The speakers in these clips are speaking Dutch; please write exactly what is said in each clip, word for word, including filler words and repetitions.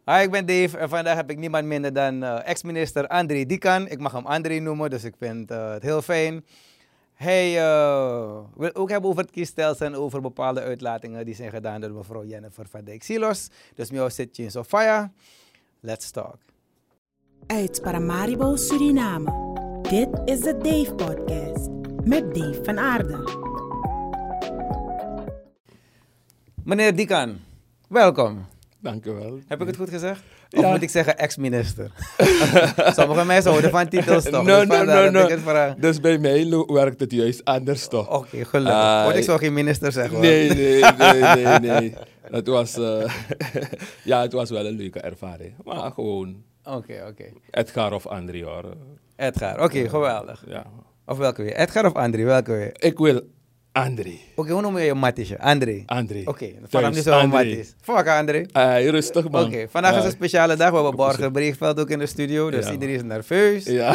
Hi, ik ben Dave en vandaag heb ik niemand minder dan uh, ex-minister André Dikan. Ik mag hem André noemen, dus ik vind uh, het heel fijn. Hij uh, wil ook hebben over het kiesstelsel en over bepaalde uitlatingen die zijn gedaan door mevrouw Jennifer van Dijk Silos. Dus mij zit je in Sofia. Let's talk. Uit Paramaribo, Suriname. Dit is de Dave Podcast met Dave van Aarde. Meneer Dikan, welkom. Dank u wel. Heb ik het goed gezegd? Of Ja. moet ik zeggen ex-minister? Sommige mensen houden van titels toch? No, Dus no, vandaar no, dat ik no. het vraag. Dus bij mij lo- werkt het juist anders toch? Oké, okay, gelukkig. Ah, Want ik zou geen minister zeggen hoor. Nee, nee, nee, nee, nee. Het was, uh, ja, het was wel een leuke ervaring. Maar gewoon Oké, okay, oké. Okay. Edgar of André hoor. Edgar, oké, okay, geweldig. Ja. Of welke weer? Edgar of André, welke weer? Ik wil André. Oké, okay, hoe noem je je mattisje? André? André. Oké, okay, vanaf nu zo matties. Fuck André. Uh, rustig man. Oké, okay, vandaag uh, is een speciale dag. We hebben Borger Breegveld ook in de studio, dus ja. Iedereen is nerveus. Ja.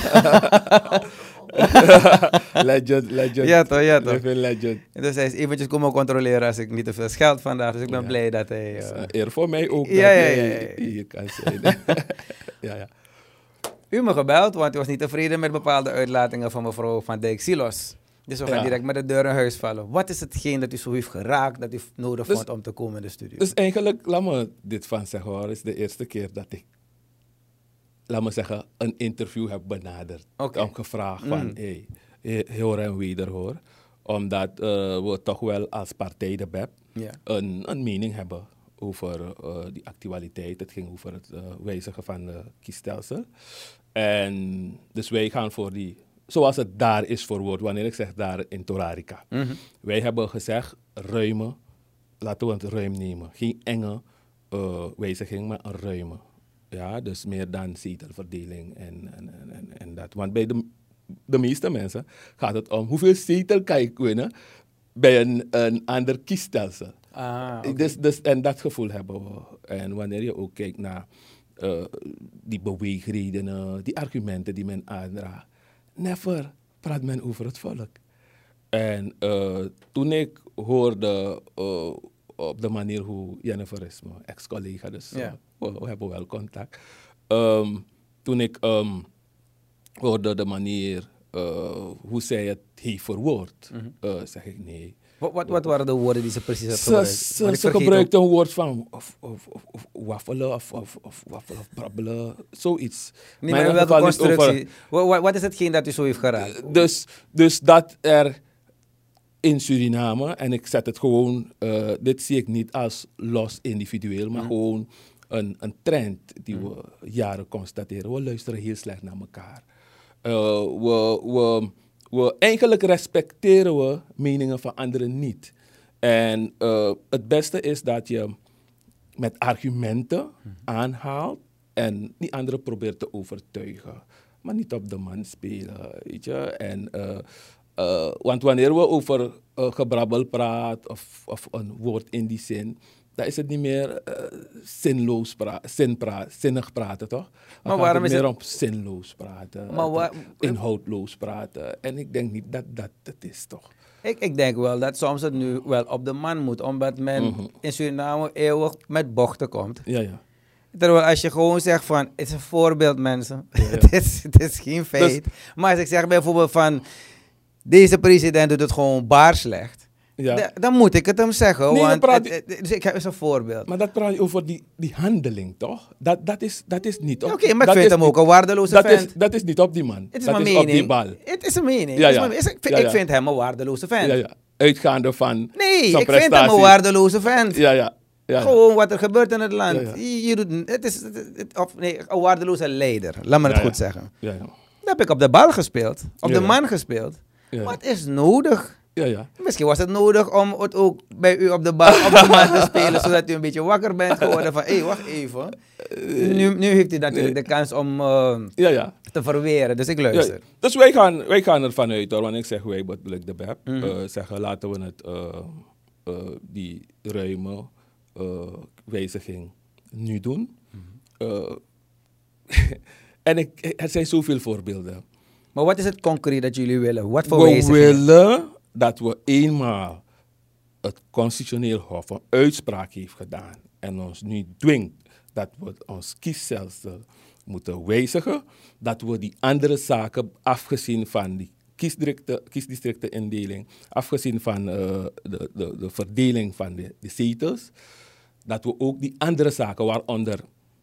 legend, legend. Ja toch, ja toch. Even legend. Dus hij is eventjes komen controleren als ik niet te veel scheld vandaag. Dus ik ben ja. blij dat hij... Uh... Dat is een eer voor mij ook ja, dat ja, ja, ja. jij hier kan zijn. ja, ja. U me gebeld, want u was niet tevreden met bepaalde uitlatingen van mevrouw Van Dijk Silos. Dus we gaan ja. direct met de deur in huis vallen. Wat is hetgeen dat u zo heeft geraakt, dat u nodig dus, vond om te komen in de studio? Dus eigenlijk, laat me dit van zeggen hoor, is de eerste keer dat ik, laat me zeggen, een interview heb benaderd. Okay. Om gevraagd van, mm. hey, hoor en weder hoor. Omdat uh, we toch wel als partij de B E P yeah. een, een mening hebben over uh, die actualiteit. Het ging over het uh, wijzigen van het kiesstelsel. En dus wij gaan voor die... Zoals het daar is verwoord, wanneer ik zeg daar in Torarica. Mm-hmm. Wij hebben gezegd, ruime, laten we het ruim nemen. Geen enge uh, wijziging, maar een ruime. Ja, dus meer dan zetelverdeling en, en, en, en dat. Want bij de, de meeste mensen gaat het om hoeveel zetel kan ik winnen bij een, een ander kiesstelsel. Ah, okay. dus, dus, en dat gevoel hebben we. En wanneer je ook kijkt naar uh, die beweegredenen, die argumenten die men aandraagt. Never praat men over het volk. En uh, toen ik hoorde uh, op de manier hoe Jennifer is, mijn ex-collega, dus uh, ja. we, we hebben wel contact. Um, toen ik um, hoorde de manier uh, hoe zij het heeft verwoord, mm-hmm. uh, zeg ik nee. Wat, wat, wat waren de woorden die ze precies had gebruikt? Ze, ze, ze gebruikte een woord van of, of, of, of waffelen of, of, of, waffelen of brabbelen, zoiets. Nee, maar, maar in welke constructie? Over... Wat, wat is hetgeen dat u zo heeft geraakt? Dus, dus dat er in Suriname, en ik zet het gewoon, uh, dit zie ik niet als los individueel, maar mm. gewoon een, een trend die mm. we jaren constateren. We luisteren heel slecht naar elkaar. Uh, we... we We, eigenlijk respecteren we meningen van anderen niet. En uh, het beste is dat je met argumenten mm-hmm. aanhaalt en die anderen probeert te overtuigen. Maar niet op de man spelen, weet je. En, uh, uh, want wanneer we over uh, gebrabbel praten of, of een woord in die zin, dan is het niet meer uh, zinloos pra- zin pra- zinnig praten, toch? Dan maar gaat waarom het is meer het... om zinloos praten, maar wa- inhoudloos praten. En ik denk niet dat dat het is, toch? Ik, ik denk wel dat soms het nu wel op de man moet, omdat men mm-hmm. in Suriname eeuwig met bochten komt. Ja, ja. Terwijl als je gewoon zegt van, het is een voorbeeld mensen, ja, ja. het, is, het is geen feit. Dus, maar als ik zeg bijvoorbeeld van, deze president doet het gewoon baar slecht. Ja. D- dan moet ik het hem zeggen, nee, want praat... het, het, dus ik heb eens een voorbeeld. Maar dat praat je over die, die handeling, toch? Dat, dat, is, dat is niet op... Oké, okay, maar ik vind hem ook een waardeloze dat vent. Is, dat is niet op die man. Het is dat mijn is mening. op die bal. Het is een mening. Ja, ja. Is mijn, is, ik, ja, ja. ik vind hem een waardeloze vent. Ja, ja. Uitgaande van Nee, zijn ik prestatie. vind hem een waardeloze vent. Ja, ja. Ja, Gewoon wat er gebeurt in het land. Ja, ja. Je, je doet, het is het, het, of, nee, een waardeloze leider. Laat me het ja, goed ja. zeggen. Ja, ja. Dan heb ik op de bal gespeeld. Op ja, de ja. man gespeeld. Ja, ja. Wat is nodig? Ja, ja. Misschien was het nodig om het ook bij u op de bal op de man te spelen, zodat u een beetje wakker bent geworden van, hé, hey, wacht even. Nu, nu heeft u natuurlijk de kans om uh, ja, ja. te verweren, dus ik luister. Ja, dus wij gaan, wij gaan ervan uit, hoor, wanneer ik zeg wij, bedoel ik de B E P, Mm-hmm. uh, zeggen laten we het, uh, uh, die ruime uh, wijziging nu doen. Mm-hmm. Uh, en ik, er zijn zoveel voorbeelden. Maar wat is het concreet dat jullie willen? Wat voor we wijzigingen? willen dat we eenmaal het constitutioneel hof een uitspraak heeft gedaan en ons nu dwingt dat we ons kiesstelsel moeten wijzigen. Dat we die andere zaken, afgezien van die kiesdistricten, kiesdistrictenindeling, afgezien van uh, de, de, de verdeling van de, de zetels, dat we ook die andere zaken, waaronder,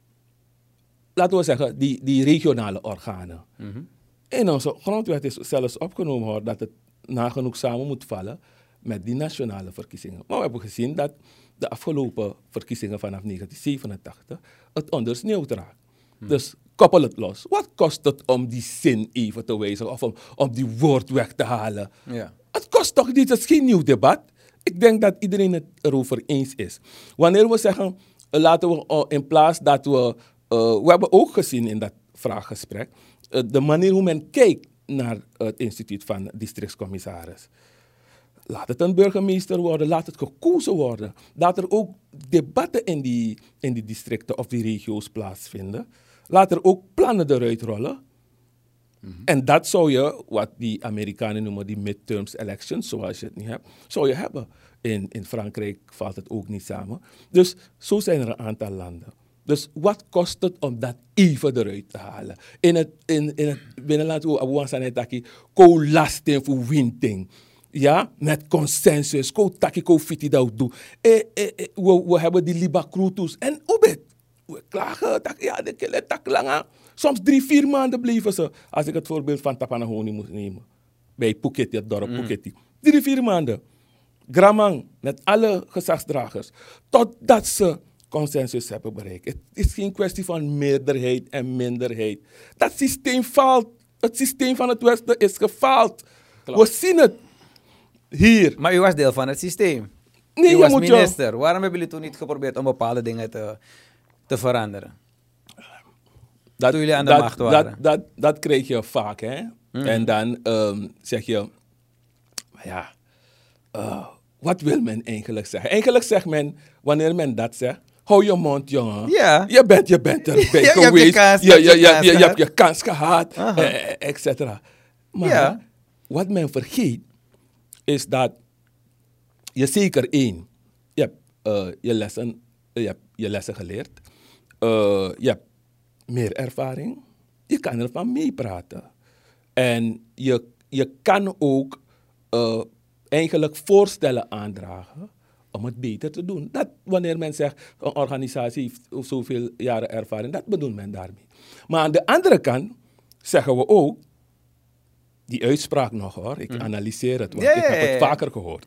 laten we zeggen, die, die regionale organen. Mm-hmm. In onze grondwet is zelfs opgenomen hoor, dat het nagenoeg samen moet vallen met die nationale verkiezingen. Maar we hebben gezien dat de afgelopen verkiezingen vanaf negentien zevenentachtig het ondersneeuwd raakt. Hmm. Dus koppel het los. Wat kost het om die zin even te wijzigen of om, om die woord weg te halen? Ja. Het kost toch niet, het is geen nieuw debat. Ik denk dat iedereen het erover eens is. Wanneer we zeggen, uh, laten we uh, in plaats dat we... Uh, we hebben ook gezien in dat vraaggesprek uh, de manier hoe men kijkt naar het instituut van districtscommissaris. Laat het een burgemeester worden, laat het gekozen worden. Laat er ook debatten in die, in die districten of die regio's plaatsvinden. Laat er ook plannen eruit rollen. Mm-hmm. En dat zou je, wat die Amerikanen noemen die midterms elections, zoals je het niet hebt, zou je hebben. In, in Frankrijk valt het ook niet samen. Dus zo zijn er een aantal landen. Dus wat kost het om dat even eruit te halen? In het, in, in het binnenland, we hebben co-lasting voor winting. Ja, met consensus. Ko taki ko fiti dat doen. Eh, eh, eh, we, we hebben die Liba Krutus. En ubet. We klagen. Tak, ja, de kele tak lang. Soms drie, vier maanden bleven ze. Als ik het voorbeeld van Tapanahoni moet nemen. Bij Phuket, het dorp mm. Phuket. Drie, vier maanden. Gramang, met alle gezagsdragers. Totdat ze consensus hebben bereikt. Het is geen kwestie van meerderheid en minderheid. Dat systeem faalt. Het systeem van het Westen is gefaald. Klopt. We zien het. Hier. Maar u was deel van het systeem. Nee, u je was moet minister. Jo. Waarom hebben jullie toen niet geprobeerd om bepaalde dingen te, te veranderen? Dat, toen jullie aan de dat, macht waren. Dat, dat, dat kreeg je vaak, hè. Mm. En dan um, zeg je, ja, uh, wat wil men eigenlijk zeggen? Eigenlijk zegt men, wanneer men dat zegt, hou je mond, jongen. Ja. Je bent, je bent erbij je, geweest. Je hebt je, je, je, je, je, je, je hebt je kans gehad, uh, et cetera. Maar ja. wat men vergeet, is dat je zeker één, je hebt uh, je, lessen, je hebt je lessen geleerd, uh, je hebt meer ervaring, je kan ervan meepraten. En je, je kan ook uh, eigenlijk voorstellen aandragen om het beter te doen. Dat wanneer men zegt, een organisatie heeft zoveel jaren ervaring, dat bedoelt men daarmee. Maar aan de andere kant zeggen we ook, die uitspraak nog hoor, ik mm. analyseer het, want yeah, ik heb het vaker gehoord.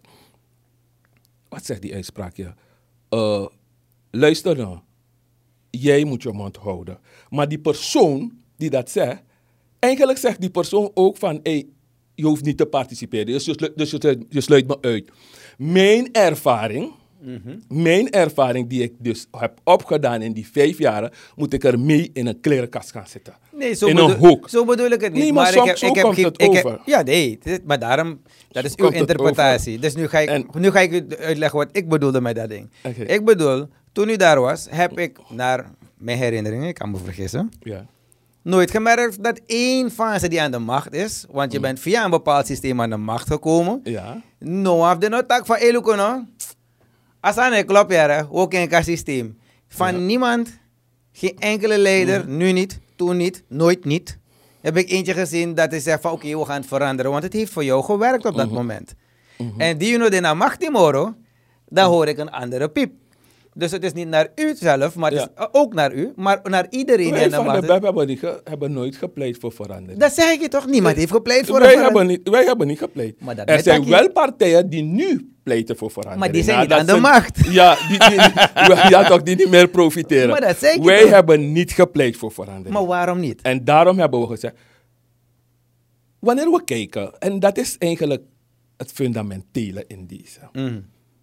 Wat zegt die uitspraak? Ja? Uh, luister nou, jij moet je mond houden. Maar die persoon die dat zegt, eigenlijk zegt die persoon ook van, hey, je hoeft niet te participeren, dus je sluit, dus je, je sluit me uit. Mijn ervaring, mm-hmm. mijn ervaring die ik dus heb opgedaan in die vijf jaren, moet ik er mee in een klerenkast gaan zitten. Nee, zo, in bedoel, een hoek. Zo bedoel ik het niet. Nee, maar, maar zo, ik heb, zo ik komt heb, het ik over. Heb, ja, nee, maar daarom, dat is zo uw interpretatie. Dus nu ga, ik, en, nu ga ik u uitleggen wat ik bedoelde met dat ding. Okay. Ik bedoel, toen u daar was, heb ik naar mijn herinneringen, ik kan me vergissen, ja. nooit gemerkt dat één fase die aan de macht is, want je mm. bent via een bepaald systeem aan de macht gekomen. Ja. No, af de notak van Elukono. Als aan een klop, ja, ook in een systeem. Van ja. niemand, geen enkele leider, mm. nu niet, toen niet, nooit niet. Heb ik eentje gezien dat hij zegt van oké, okay, we gaan het veranderen, want het heeft voor jou gewerkt op dat mm-hmm. moment. Mm-hmm. En die you know, naar macht tomorrow, dan mm. hoor ik een andere piep. Dus het is niet naar u zelf, maar het ja. is ook naar u, maar naar iedereen. Wij die aan de van macht de B E P hebben, niet ge, hebben nooit gepleit voor verandering. Dat zeg je toch? Niemand heeft gepleit voor wij een verandering. Hebben niet, wij hebben niet gepleit. Maar dat er zijn je... wel partijen die nu pleiten voor verandering. Maar die zijn nou, niet aan de zijn, macht. Ja, die, die, die, ja, toch, die niet meer profiteren. Maar dat zeg je wij toch? hebben niet gepleit voor verandering. Maar waarom niet? En daarom hebben we gezegd, wanneer we kijken, en dat is eigenlijk het fundamentele in deze. Mm.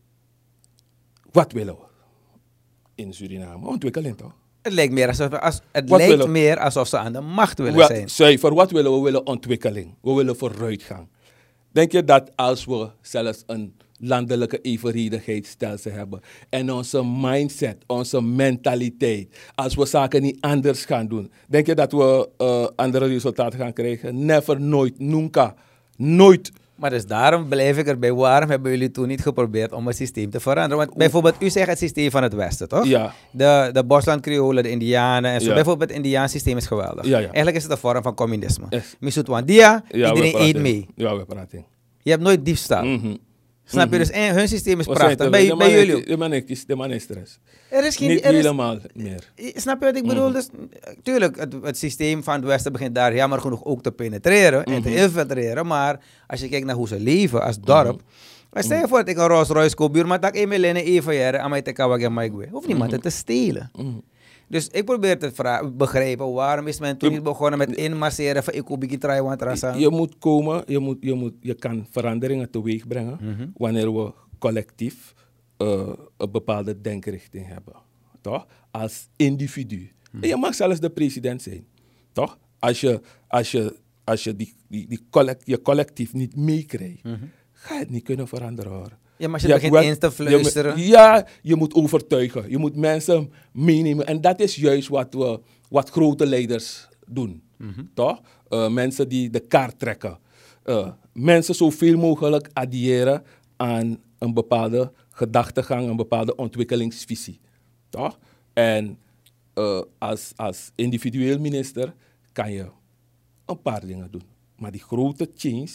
Wat willen we in Suriname? Ontwikkeling toch? Het lijkt meer alsof, als, het lijkt meer alsof ze aan de macht willen wat, zijn. Zuiver, wat willen we? We willen ontwikkeling. We willen vooruitgang. Denk je dat als we zelfs een landelijke evenredigheidsstelsel hebben en onze mindset, onze mentaliteit, als we zaken niet anders gaan doen, denk je dat we uh, andere resultaten gaan krijgen? Never, nooit, nunca, nooit. Maar dus daarom blijf ik erbij. Waarom hebben jullie toen niet geprobeerd om het systeem te veranderen? Want bijvoorbeeld, u zegt het systeem van het Westen, toch? Ja. De, de Bosland-Creolen, de Indianen en zo. Ja. Bijvoorbeeld, het Indiaans systeem is geweldig. Ja, ja. Eigenlijk is het een vorm van communisme. Yes. Misutwan dia, Ja, iedereen eet mee. Ja, we praten. Je hebt nooit diefstal. Mhm. Snap je? Mhm. Dus en, hun systeem is Wat prachtig. zijn Bij, het? De bij man jullie is- ook. De man is, de man is stress. Er is geen... Niet Er is, helemaal meer. snap je wat ik bedoel? Mhm. Dus, tuurlijk, het, het systeem van het Westen begint daar jammer genoeg ook te penetreren en te Mhm. infiltreren. Maar als je kijkt naar hoe ze leven als dorp. Mhm. Stel je voor dat ik een Rolls Royce koop, buurman, dat ik een miljoen even jaren aan mij te kawagen, maar ik weet. Hoeft niemand het te stelen. Mhm. Dus ik probeer te vra- begrijpen, waarom is men toen Je- niet begonnen met inmasseren van Ikubiki Taiwan Trasa? Je moet komen, je, moet, je, moet, je kan veranderingen teweeg brengen Mhm. wanneer we collectief uh, een bepaalde denkrichting hebben. Toch? Als individu. En je mag zelfs de president zijn. Toch? Als je, als je, als je die, die, die collect, je collectief niet meekrijgt, ga je het niet kunnen veranderen hoor. Ja, maar als je Ja, begint wel- eens te je moet- fluisteren. ja, je moet overtuigen. Je moet mensen meenemen. En dat is juist wat, we, wat grote leiders doen. Toch? Uh, mensen die de kaart trekken. Uh, mensen zoveel mogelijk addiëren aan een bepaalde gedachtegang, een bepaalde ontwikkelingsvisie. Toch? En uh, als, als individueel minister kan je een paar dingen doen. Maar die grote change,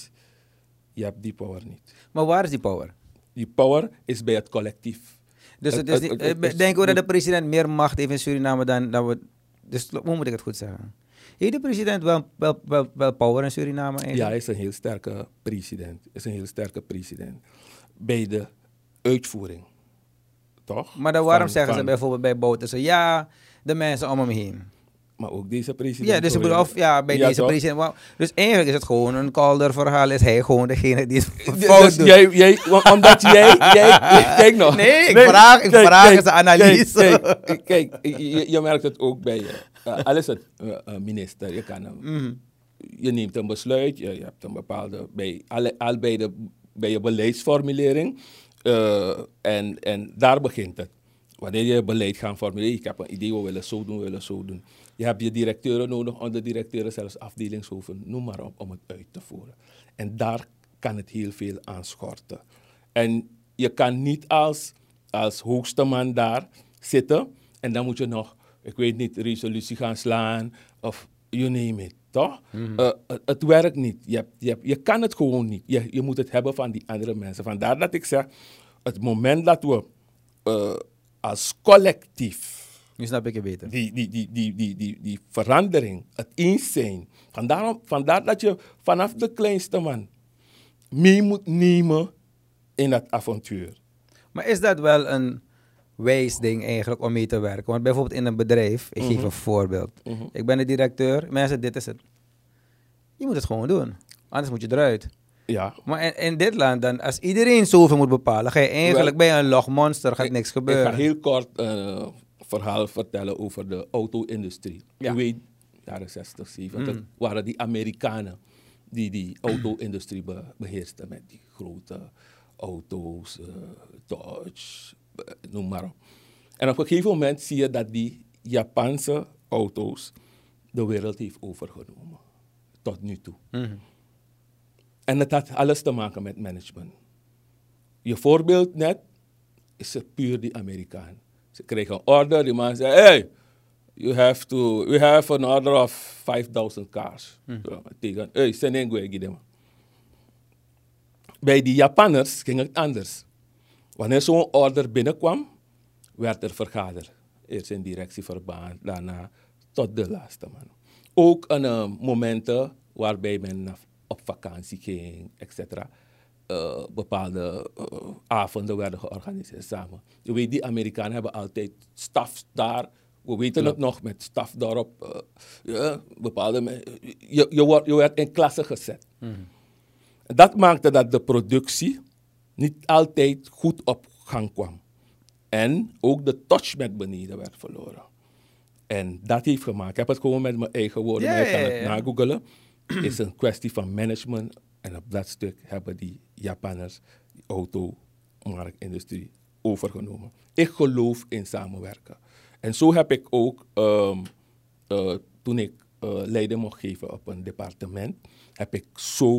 je hebt die power niet. Maar waar is die power? Die power is bij het collectief. Dus Het- het is het- niet, het- eh, het- denken we dat de het- president meer macht heeft in Suriname dan, dan we... Dus hoe moet ik het goed zeggen? Heeft de president wel, wel, wel, wel power in Suriname eigenlijk? Ja, hij is een heel sterke president. Is een heel sterke president. Bij de uitvoering. Toch? Maar dan waarom Van- zeggen ze van- bijvoorbeeld bij Bouterse, ja, de mensen om hem heen? Maar ook deze president. Ja, dus ik hoor je- bedoel, of, ja, bij Ja, deze toch? president. wauw. Dus eigenlijk is het gewoon een kalder verhaal. Is hij gewoon degene die het Dus fout doet? jij, jij, wa- omdat jij, jij, kijk nog. Nee, ik vraag- ik vraag eens een analyse. Kijk, kijk, kijk, je, je merkt het ook bij je. Uh, al is het uh, uh, minister, je kan hem. Mhm. Je neemt een besluit, je, je hebt een bepaalde, bij, al, al bij, de, bij je beleidsformulering. Uh, en, en daar begint het. Wanneer je beleid gaat formuleren, ik heb een idee, we willen zo doen, we willen zo doen. Je hebt je directeuren nodig, onderdirecteuren, zelfs afdelingshoofden, noem maar op, om het uit te voeren. En daar kan het heel veel aan schorten. En je kan niet als, als hoogste man daar zitten en dan moet je nog, ik weet niet, resolutie gaan slaan of you name it, toch? Mhm. Uh, het, het werkt niet. Je, hebt, je, hebt, je kan het gewoon niet. Je, je moet het hebben van die andere mensen. Vandaar dat ik zeg, het moment dat we uh, als collectief Nu snap ik je beter. die, die, die, die, die, die, die verandering, het eens zijn. Vandaar, vandaar dat je vanaf de kleinste man mee moet nemen in dat avontuur. Maar is dat wel een wijs ding eigenlijk om mee te werken? Want bijvoorbeeld in een bedrijf, ik geef een voorbeeld. Mhm. Ik ben de directeur, mensen, dit is het. Je moet het gewoon doen. Anders moet je eruit. Ja. Maar in, in dit land, dan, als iedereen zoveel moet bepalen, ga je eigenlijk Wel, bij een logmonster, gaat Ik- niks Ik gebeuren. ga heel kort een verhaal vertellen over de auto-industrie. Ja. Je weet, jaren zestig, zeventig, Mm. waren die Amerikanen die die auto-industrie be- beheersten met die grote auto's, uh, Dodge, uh, noem maar op. En op een gegeven moment zie je dat die Japanse auto's de wereld heeft overgenomen. Tot nu toe. Mhm. En het had alles te maken met management. Je voorbeeld net is het puur die Amerikaan. Ze kregen een order, die man zei, hey, you have to, we have an order of five thousand cars. Zo, tegen, hey, Senengwe, give them. Bij die Japanners ging het anders. Wanneer zo'n order binnenkwam, werd er vergaderd. Eerst in directieverband, daarna tot de laatste man. Ook aan uh, momenten waarbij men op vakantie ging, et cetera. Uh, bepaalde uh, avonden werden georganiseerd samen. Je weet, die Amerikanen hebben altijd staf daar. We weten Klopt. het nog met staf daarop. Uh, ja, bepaalde me- je, je, wordt, je werd in klasse gezet. Mhm. Dat maakte dat de productie niet altijd goed op gang kwam. En ook de touch met beneden werd verloren. En dat heeft gemaakt, ik heb het gewoon met mijn eigen woorden, Ja, maar je kan ja, het ja. nagoogelen. Het is een kwestie van management. En op dat stuk hebben die Japanners die automarktindustrie overgenomen. Ik geloof in samenwerken. En zo heb ik ook, um, uh, toen ik uh, leiding mocht geven op een departement, heb ik zo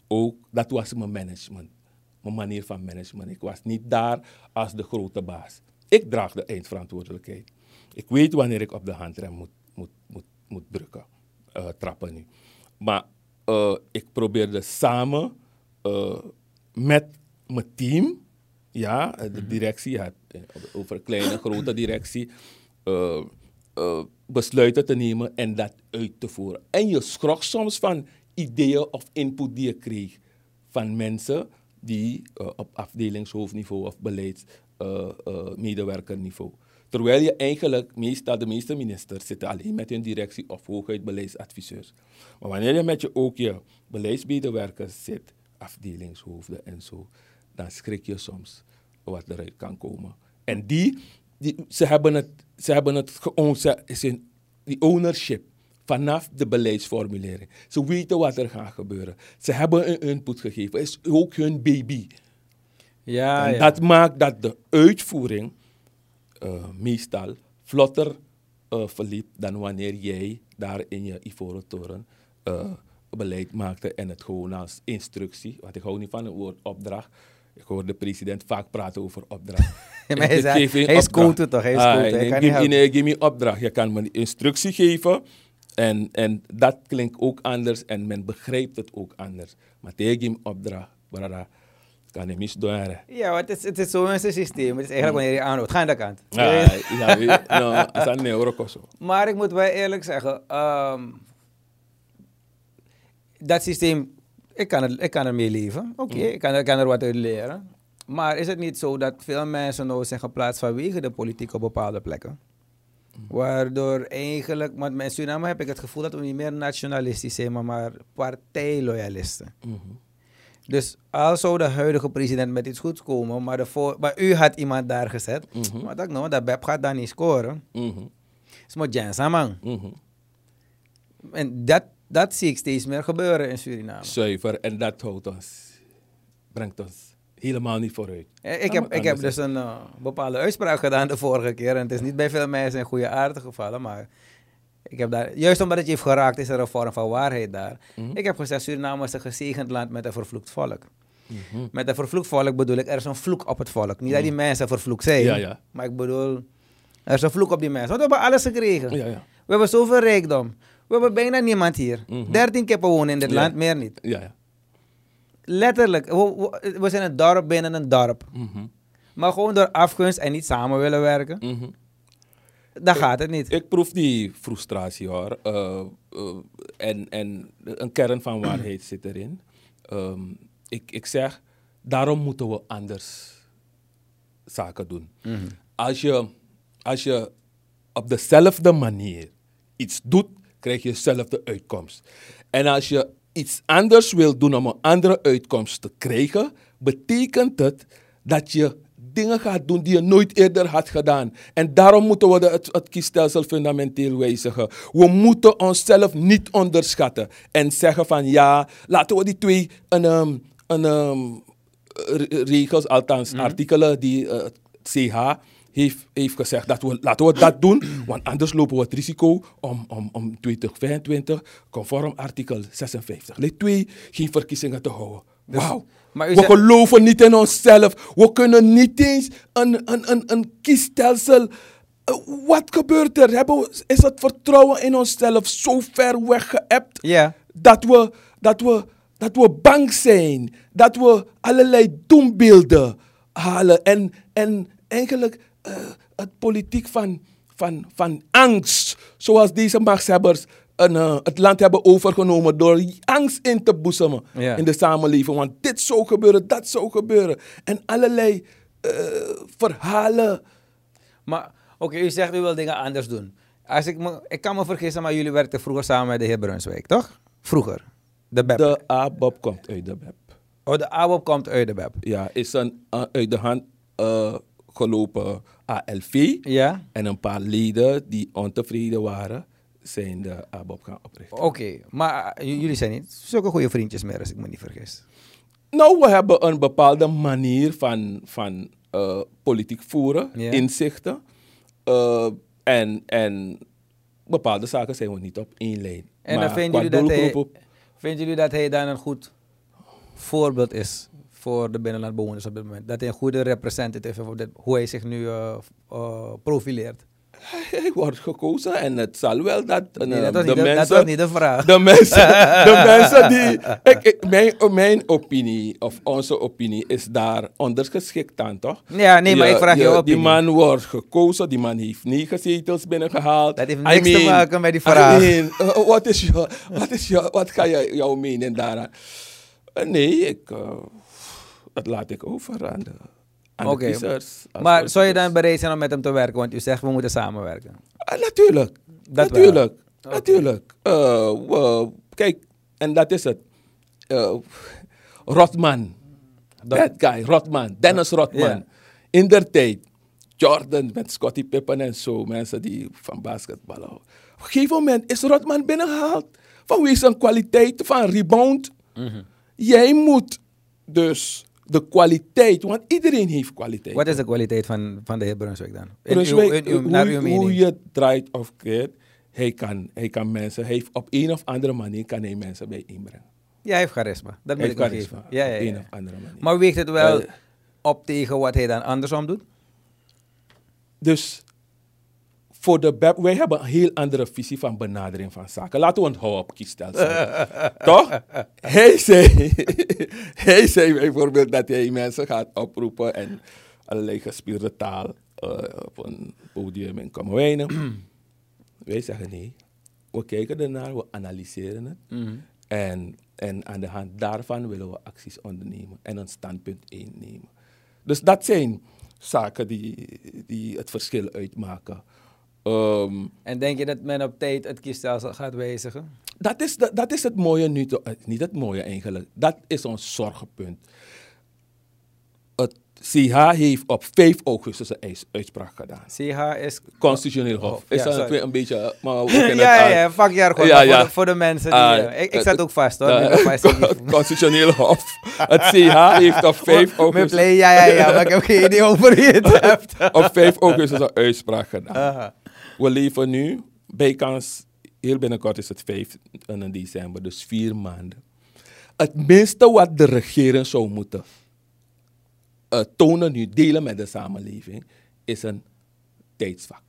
ook, dat was mijn management. Mijn manier van management. Ik was niet daar als de grote baas. Ik draag de eindverantwoordelijkheid. Ik weet wanneer ik op de handrem moet, moet, moet, moet drukken. Uh, trappen nu. Maar uh, ik probeerde samen uh, met mijn team, ja, de directie, had, over een kleine, grote directie, uh, uh, besluiten te nemen en dat uit te voeren. En je schrok soms van ideeën of input die je kreeg van mensen die uh, op afdelingshoofdniveau of beleidsmedewerkerniveau. Uh, uh, Terwijl je eigenlijk, meestal de meeste ministers zitten alleen met hun directie of hooguit beleidsadviseurs. Maar wanneer je met je ook je beleidsmedewerkers zit, afdelingshoofden en zo, dan schrik je soms wat eruit kan komen. En die, die ze hebben het, ze hebben het geowned, ze zijn die ownership vanaf de beleidsformulering. Ze weten wat er gaat gebeuren. Ze hebben een input gegeven. Het is ook hun baby. Ja, en ja. dat maakt dat de uitvoering uh, meestal vlotter uh, verliep dan wanneer jij daar in je Ivoren Toren uh, beleid maakte en het gewoon als instructie, want ik hou niet van het woord opdracht. Ik hoor de president vaak praten over opdracht. Ja, maar hij, zei, hij is cool toch? Hij is ah, cool. Hij kan give, niet in, give me opdracht. Je kan me een instructie geven en, en dat klinkt ook anders en men begrijpt het ook anders. Maar tegen me opdracht, brada, kan je misdoen. Ja, het is, het is zo'n systeem. Het is eigenlijk wanneer je aanhoudt. Ga aan de kant. Ah, ja, weet, no, het is een neurokoso. Maar ik moet wel eerlijk zeggen, um, dat systeem, ik kan er, ik kan ermee leven. Oké, okay, mm. ik, ik kan er wat uit leren. Maar is het niet zo dat veel mensen nou zijn geplaatst vanwege de politiek op bepaalde plekken? Mm. Waardoor eigenlijk, want in Suriname heb ik het gevoel dat we niet meer nationalistisch zijn, maar, maar partijloyalisten. Mm-hmm. Dus als zou de huidige president met iets goeds komen, maar, de voor, maar u had iemand daar gezet, mm-hmm. maar dat nou, dat Beb gaat dan niet scoren. Mm-hmm. Het moet Jensen, man. Mm-hmm. En dat, dat zie ik steeds meer gebeuren in Suriname. Zuiver, en dat houdt ons, brengt ons helemaal niet vooruit. Ik heb, ik heb dus een uh, bepaalde uitspraak gedaan de vorige keer, en het is niet bij veel mensen in goede aarde gevallen, maar ik heb daar, juist omdat het je heeft geraakt, is er een vorm van waarheid daar. Mm-hmm. Ik heb gezegd, Suriname is een gezegend land met een vervloekt volk. Mm-hmm. Met een vervloekt volk bedoel ik, er is een vloek op het volk. Niet mm-hmm. dat die mensen vervloekt zijn, ja, ja. maar ik bedoel, er is een vloek op die mensen. Want we hebben alles gekregen. Ja, ja. We hebben zoveel rijkdom. We hebben bijna niemand hier. Mm-hmm. dertien kippen wonen in dit ja. land, meer niet. Ja, ja. Letterlijk, we, we, we zijn een dorp binnen een dorp. Mm-hmm. Maar gewoon door afgunst en niet samen willen werken. Mm-hmm. Dan ik, gaat het niet. Ik proef die frustratie hoor. Uh, uh, en, en een kern van waarheid zit erin. Um, ik, ik zeg, daarom moeten we anders zaken doen. Mm-hmm. Als je, als je op dezelfde manier iets doet, krijg je dezelfde uitkomst. En als je iets anders wil doen om een andere uitkomst te krijgen, betekent het dat je dingen gaat doen die je nooit eerder had gedaan. En daarom moeten we de, het, het kiesstelsel fundamenteel wijzigen. We moeten onszelf niet onderschatten en zeggen van ja, laten we die twee een, um, een, um, regels, althans mm-hmm. artikelen die uh, C H heeft, heeft gezegd, dat we, laten we dat doen, want anders lopen we het risico om, om, om twintig vijfentwintig conform artikel zesenvijftig. Let twee, geen verkiezingen te houden. Dus, wauw. We zegt... geloven niet in onszelf. We kunnen niet eens een, een, een, een kiesstelsel. Uh, wat gebeurt er? Hebben we, is het vertrouwen in onszelf zo ver weggeëpt yeah. dat, we, dat, we, dat we bang zijn? Dat we allerlei doembeelden halen en, en eigenlijk uh, het politiek van, van, van angst, zoals deze machtshebbers Een, uh, het land hebben overgenomen door angst in te boezemen yeah. in de samenleving. Want dit zou gebeuren, dat zou gebeuren. En allerlei uh, verhalen. Maar oké, okay, u zegt u wil dingen anders doen. Als ik, me, ik kan me vergissen, maar jullie werkten vroeger samen met de heer Brunswijk, toch? Vroeger. De B E P. De A B O P komt uit de B E P. Oh, de A B O P komt uit de B E P. Ja, is een uh, uit de hand uh, gelopen A L V. Ja. En een paar leden die ontevreden waren, zijn de A B O P gaan oprichten. Oké, okay, maar uh, jullie zijn niet zulke goede vriendjes meer, als ik me niet vergis. Nou, we hebben een bepaalde manier van, van uh, politiek voeren, yeah. inzichten. Uh, en, en bepaalde zaken zijn we niet op één lijn. En dan vinden jullie, dat hij, vinden jullie dat hij dan een goed voorbeeld is voor de binnenlandbewoners op dit moment? Dat hij een goede representative is, dit, hoe hij zich nu uh, uh, profileert? Hij wordt gekozen en het zal wel dat, uh, nee, dat, was de niet de, mensen, dat was niet de vraag. De mensen, de mensen die... Ik, ik, mijn, mijn opinie, of onze opinie, is daar ondergeschikt aan, toch? Ja, nee, maar je, ik vraag je, je opinie. Die man wordt gekozen, die man heeft negen zetels binnengehaald. Dat heeft niks I mean, te maken met die vraag. I mean, uh, wat, is je, wat, is je, wat ga je, jouw mening daaraan? Uh, nee, ik, uh, dat laat ik over aan de... Oké, okay. Maar zou je dan bereid zijn om met hem te werken? Want u zegt we moeten samenwerken. Uh, natuurlijk. Dat natuurlijk. Okay. Natuurlijk. Uh, uh, kijk, en dat is het. Uh, Rotman. Dat... That guy, Rotman. Dennis Rotman. Yeah. In der tijd. Jordan met Scottie Pippen en zo. Mensen die van basketbal houden. Op een gegeven moment is Rotman binnengehaald. Vanwege zijn kwaliteit van rebound. Mm-hmm. Jij moet dus... De kwaliteit, want iedereen heeft kwaliteit. Wat is de kwaliteit van, van de heer Brunswijk dan? In Brunswijk, uw, in uw, hoe, naar uw hoe je het draait of keert, hij kan, hij kan mensen, hij heeft op een of andere manier kan hij mensen bijeenbrengen. Ja, hij heeft charisma. Dat moet ik nog geven. Ja, ja, ja. Op een of andere manier. Maar weegt het wel uh, op tegen wat hij dan andersom doet? Dus, voor de B E P, wij hebben een heel andere visie van benadering van zaken. Laten we onthouden op kiesstelsel. Toch? Hij zei, hij zei bijvoorbeeld dat hij mensen gaat oproepen en allerlei gespierde taal uh, op een podium in komen wijnen. Wij zeggen nee. We kijken ernaar, we analyseren het. Mm-hmm. En, en aan de hand daarvan willen we acties ondernemen en een standpunt innemen. Dus dat zijn zaken die, die het verschil uitmaken. Um, en denk je dat men op tijd het kiesstelsel gaat wijzigen? Dat is, dat, dat is het mooie nu. Te, niet het mooie eigenlijk. Dat is ons zorgenpunt. Het C H heeft op vijf augustus een uitspraak gedaan. C H is... Constitutioneel Hof. Is ja, dat een beetje... Maar we ja, ja, ja, vakjargon. Ja, ja. Voor, voor de mensen die... Uh, uh, ik, ik zat ook vast hoor. Uh, Constitutioneel Hof. Het C H heeft op vijf augustus... Ja, ja, ja. Maar ik heb geen idee over wie het hebt. Op vijf augustus een uitspraak gedaan. Uh-huh. We leven nu, bijkans, heel binnenkort is het vijf december, dus vier maanden. Het minste wat de regering zou moeten uh, tonen nu, delen met de samenleving, is een tijdsvak.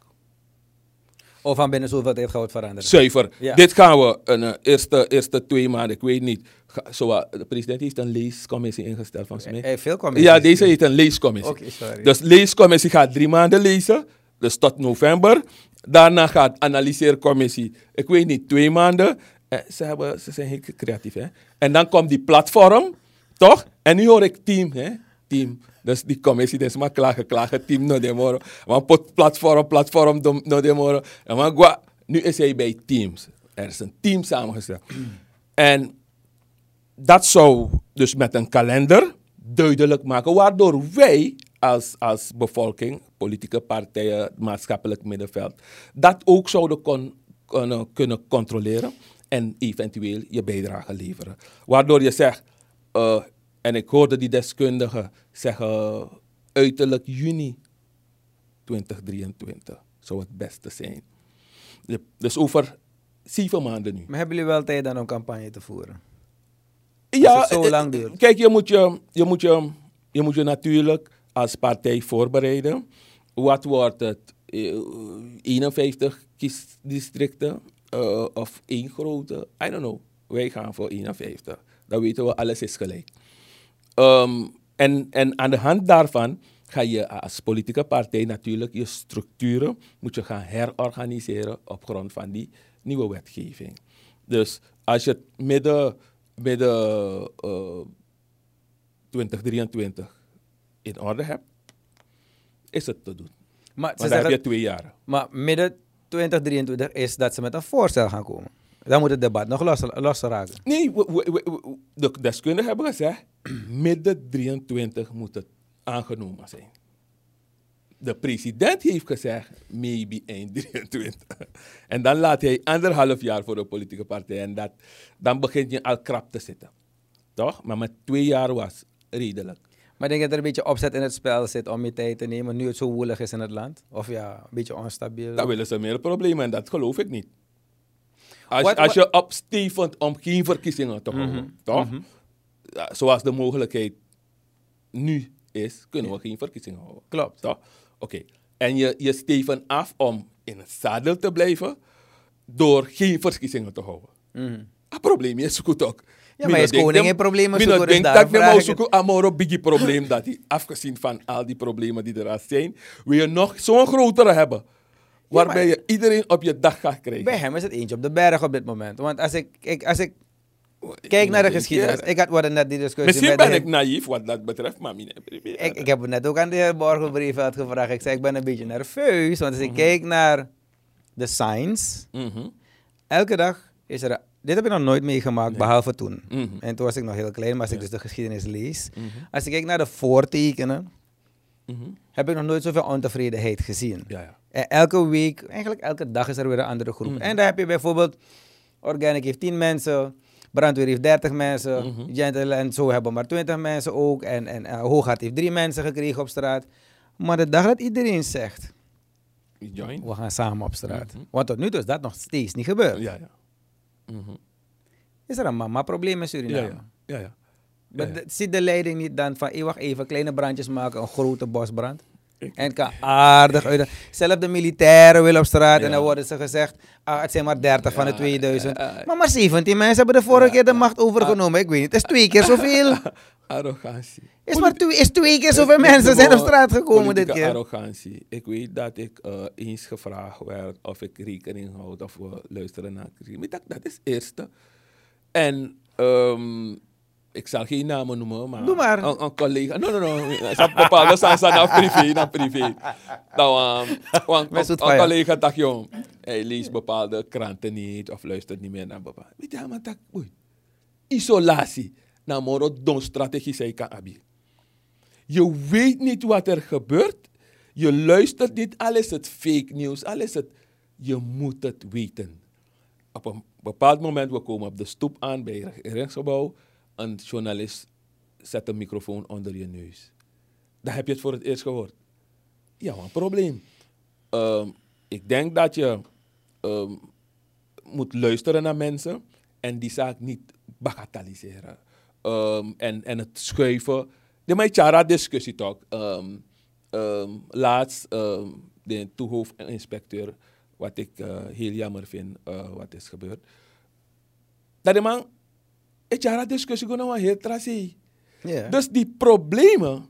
Of van binnen zoveel tijd gaat het veranderen. Zuiver. Ja. Dit gaan we een uh, eerste, eerste twee maanden, ik weet niet. Ga, zo, uh, de president heeft een leescommissie ingesteld van mij. Hij heeft veel commissies. Ja, deze heeft een leescommissie. Okay, sorry. Dus de leescommissie gaat drie maanden lezen. Dus tot november. Daarna gaat de analyseercommissie, ik weet niet, twee maanden. Eh, ze, hebben, ze zijn heel creatief. Hè? En dan komt die platform, toch? En nu hoor ik team. Hè? Team. Dus die commissie, dat is maar klagen, klagen. Team, no demoro. Maar platform, platform, no demoro. En maar gua, nu is hij bij teams. Er is een team samengesteld. En dat zou dus met een kalender duidelijk maken, waardoor wij als, als bevolking, politieke partijen, maatschappelijk middenveld, dat ook zouden kon, kon, kunnen controleren en eventueel je bijdrage leveren. Waardoor je zegt, uh, en ik hoorde die deskundigen zeggen, uiterlijk juni twintig drieëntwintig zou het beste zijn. Dus over zeven maanden nu. Maar hebben jullie wel tijd dan om campagne te voeren? Ja, als het zo lang duurt. Kijk, je moet je, je, moet je, je moet je natuurlijk als partij voorbereiden. Wat wordt het? Uh, eenenvijftig kiesdistricten uh, of één grote? I don't know. Wij gaan voor eenenvijftig. Dan weten we, alles is gelijk. Um, en, en aan de hand daarvan ga je als politieke partij natuurlijk je structuren moet je gaan herorganiseren op grond van die nieuwe wetgeving. Dus als je het midden, midden uh, twintig drieëntwintig in orde hebt, is het te doen. Maar, maar dan heb je twee jaar. Maar midden twintig drieëntwintig is dat ze met een voorstel gaan komen. Dan moet het debat nog los, los raken. Nee, we, we, we, de deskundigen hebben gezegd, midden drieëntwintig moet het aangenomen zijn. De president heeft gezegd, maybe eind drieëntwintig. En dan laat hij anderhalf jaar voor de politieke partij. En dat, dan begint je al krap te zitten. Toch? Maar met twee jaar was redelijk. Maar denk je dat er een beetje opzet in het spel zit om je tijd te nemen, nu het zo woelig is in het land? Of ja, een beetje onstabiel? Dan willen ze meer problemen en dat geloof ik niet. Als, what, als what? je opstevend om geen verkiezingen te houden, mm-hmm. toch? Mm-hmm. ja, zoals de mogelijkheid nu is, kunnen we geen verkiezingen houden. Klopt. Toch? Oké. Okay. En je, je steven af om in het zadel te blijven door geen verkiezingen te houden. Mm. Het probleem is goed ook. Ja, maar je is koning in problemen zoeken, dus Ik daarom denk dat vraag we ik zoeken het. amoro biggie probleem dat hij, afgezien van al die problemen die er al zijn, wil je nog zo'n grotere hebben. Waarbij maar- je iedereen op je dag gaat krijgen. Bij hem is het eentje op de berg op dit moment. Want als ik, ik, als ik kijk naar de geschiedenis. Ik had wat net die discussie Misschien met ben de ik naïef wat dat betreft, maar mijn Ik, ik heb het net ook aan de heer Borgelbrieveld gevraagd. Ik zei, ik ben een beetje nerveus. Want als ik kijk naar de signs, Mhm. elke dag is er... Dit heb ik nog nooit meegemaakt, Nee. behalve toen. Mhm. En toen was ik nog heel klein, maar als ik Ja. dus de geschiedenis lees. Mhm. Als ik kijk naar de voortekenen, Mhm. heb ik nog nooit zoveel ontevredenheid gezien. Ja, ja. En elke week, eigenlijk elke dag is er weer een andere groep. Mhm. En dan heb je bijvoorbeeld, Organic heeft tien mensen, Brandweer heeft dertig mensen, Mhm. Gentle en zo hebben maar twintig mensen ook. En, en uh, Hooghart heeft drie mensen gekregen op straat. Maar de dag dat iedereen zegt, Join? we gaan samen op straat. Mhm. Want tot nu toe is dat nog steeds niet gebeurd. Ja, ja. Mhm. Is er een mama-probleem in Suriname? Ja, ja. Ja, ja. Maar Ja, ja. de- ziet de leiding niet dan van, hey, wacht even, kleine brandjes maken, een grote bosbrand? Ik- En het kan aardig uit. Zelfs de militairen willen op straat en Ja. dan worden ze gezegd, ah, het zijn maar dertig van de Ja, tweeduizend. ja, ja. Maar maar zeventien mensen hebben de vorige Ja, keer de ja. macht overgenomen. Ik weet niet, het is twee keer zoveel. Arrogantie. Is, maar twee, is twee keer Het zoveel is mensen zijn op gewoon straat gekomen dit politieke keer. arrogantie. Ik weet dat ik uh, eens gevraagd werd of ik rekening houd of we luisteren naar kritiek. Maar dat, dat is het eerste. En um, ik zal geen namen noemen, maar, Doe maar. Een, een collega. No, no, no. Ze bepaalde zijn naar privé, naar privé. Nou, um, want Met een, zoet een fire. collega dacht, jong, hij leest bepaalde kranten niet of luistert niet meer naar bepaalde. Weet je, maar dat, oei, isolatie. Nou, moro don strategie zei ik aan Abi. Je weet niet wat er gebeurt. Je luistert niet. Al is het fake news. Al is het... Je moet het weten. Op een bepaald moment, we komen op de stoep aan bij het rechtsgebouw. Een journalist zet een microfoon onder je neus. Dan heb je het voor het eerst gehoord. Ja, maar een probleem. Um, ik denk dat je um, moet luisteren naar mensen en die zaak niet bagatelliseren. Um, en, en het schuiven. De Maïchara discussie toch. Um, um, laatst um, de toehoofdinspecteur, wat ik uh, heel jammer vind, uh, wat is gebeurd. Dat de man, Maïchara discussie gewoon heel tracie. Ja. Dus die problemen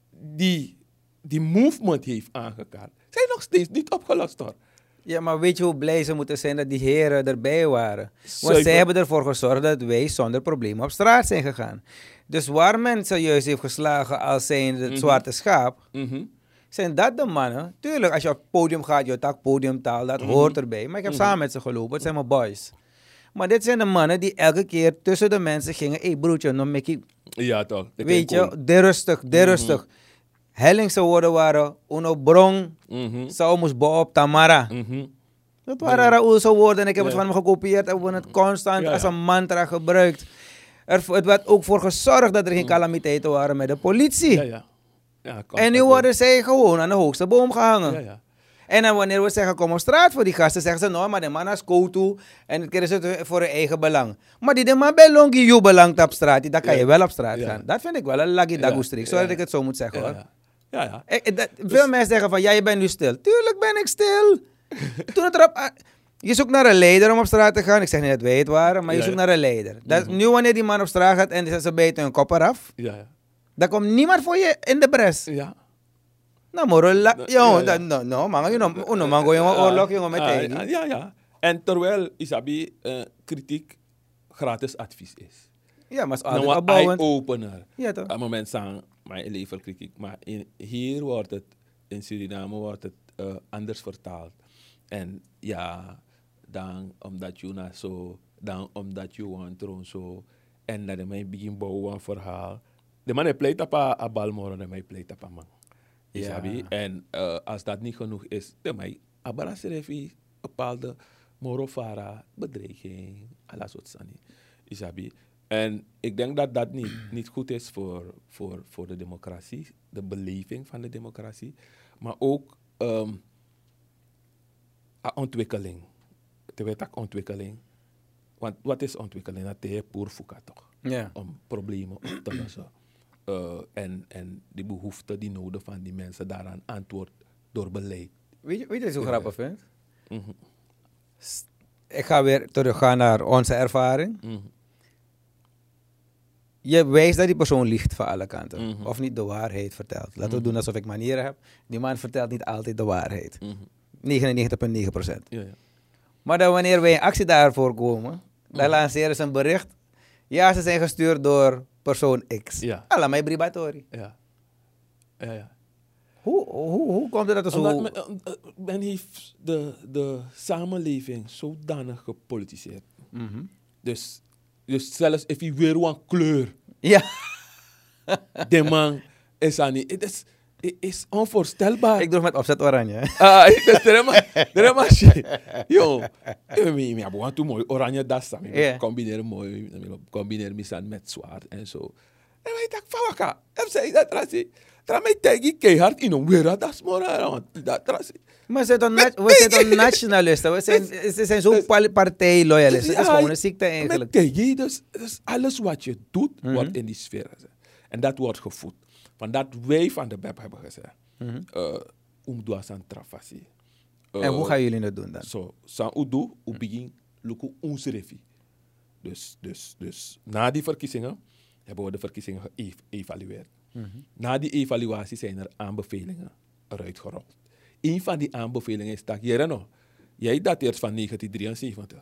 die die movement heeft aangekaart, zijn nog steeds niet opgelost hoor. Ja, maar weet je hoe blij ze moeten zijn dat die heren erbij waren? Want Zuiver. zij hebben ervoor gezorgd dat wij zonder problemen op straat zijn gegaan. Dus waar mensen juist heeft geslagen als zijn het Mhm. zwarte schaap, Mhm. zijn dat de mannen. Tuurlijk, als je op het podium gaat, je tak podiumtaal, dat Mhm. hoort erbij. Maar ik heb Mhm. samen met ze gelopen, het zijn mijn boys. Maar dit zijn de mannen die elke keer tussen de mensen gingen. Hé hey, broertje, no make it. Ja toch. Dat Weet is je, cool. de rustig, de Mhm. rustig. Hellingse woorden waren, uno brong, Mhm. zou moest bo op Tamara. Mhm. Dat waren Raoulse woorden en ik heb het Ja. van hem gekopieerd en we hebben het constant Ja, als ja. een mantra gebruikt. Er, het werd ook voor gezorgd dat er geen calamiteiten waren met de politie. Ja, ja. Ja, kan En nu dat worden zij gewoon aan de hoogste boom gehangen. wel. Ja, ja. En dan wanneer we zeggen kom op straat voor die gasten, zeggen ze nou, maar de man is toe en het keer is het voor hun eigen belang. Maar die de man bij Longi you belangt op straat, die, dan kan Ja. je wel op straat Ja. gaan. Dat vind ik wel een laggy Ja. dagoestrik, sorry Ja. dat ik het zo moet zeggen Ja, hoor. ja. Ja, ja. Ik- ik- dat- veel mensen zeggen van, ja, je bent nu stil. Tuurlijk ben ik stil. Toen het erop... a- Je zoekt naar een leider om op straat te gaan. Ik zeg niet dat wij het waren, maar je Ja, zoekt ja. naar een leider. Dat, Mhm. Nu wanneer die man op straat gaat en ze- ze bijten hun kop eraf, Ja, ja. dan komt niemand voor je in de bres. Ja. Nou, moro, la, Ja, jongen, ja. dat- no, no, man, you know, uno man, jongen, oorlog, jongen, met Ah, tegen. ja, ja, ja. En terwijl, Isabi, uh, kritiek gratis advies is. Ja, maar het is Nou, altijd een opbouwend. eye-opener. Ja, toch? Op het moment zijn mijn leven kritiek. Maar in, hier wordt het, in Suriname wordt het uh, anders vertaald. En ja, dan omdat je nou zo, dan omdat je want gewoon zo. En dat de mij begin bouwen een verhaal. De man heeft pleit op een balmoro, de mij pleit op een man. Ja. Isabi. En uh, als dat niet genoeg is, de mij abarasrefi bepaalde morofara, bedreiging, alla soort sani. Isabi. En ik denk dat dat niet, niet goed is voor, voor, voor de democratie, de beleving van de democratie, maar ook um, a ontwikkeling. De wet ontwikkeling. Want wat is ontwikkeling? Dat is poer fuka toch? Ja. om problemen op te lossen. Uh, en, en die behoeften, die noden van die mensen daaraan antwoord door beleid. Weet je, weet je wat ik zo Ja. grappig vind? Mm-hmm. Ik ga weer teruggaan naar onze ervaring. Mm-hmm. Je wijst dat die persoon liegt van alle kanten. Mhm. Of niet de waarheid vertelt. Laten we Mhm. doen alsof ik manieren heb. Die man vertelt niet altijd de waarheid. Mm-hmm. negenennegentig komma negen procent. Ja, ja. Maar dan wanneer wij in actie daarvoor komen, dan Mhm. lanceren ze een bericht. Ja, ze zijn gestuurd door persoon X. Ja. Alla mij bribatori. Ja. Ja, ja. Hoe, hoe, hoe komt het dat er zo... Omdat men, uh, uh, men heeft de, de samenleving zodanig gepolitiseerd. Mhm. Dus, dus zelfs als hij weer een kleur, Ja, de man is aan niet. Het is, het is onvoorstelbaar. ik doe het met opzet oranje. hè. Ah, dat is helemaal, dat is helemaal shit. Yo, ik heb gewoon toen mooi oranje das. Ik Ja. combineren mooi, ik combineren misaan met zwart en zo. En wij dachten, van wat heb zei dat rassie? Tra mij tegen keihard in een wereld, dat is mooi. Dat rassie. Maar we zijn toch na- we zijn toch nationalisten? We zijn, ze zijn zo pal- partijloyalisten. Het is gewoon een ziekte eigenlijk. Met tegen, dus, dus alles wat je doet, Mhm. wordt in die sfeer gezet. En dat wordt gevoed. Van dat wij van de B E P hebben gezegd. Mhm. Uh, um doa san trafasi. En hoe gaan jullie dat doen dan? Zo, san udu, u begin luku ons refi. Dus, dus, dus na die verkiezingen hebben we de verkiezingen geëvalueerd. Mhm. Na die evaluatie zijn er aanbevelingen eruit gerold. Een van die aanbevelingen is dat, Jereno, jij dateert van negentien drieënzeventig.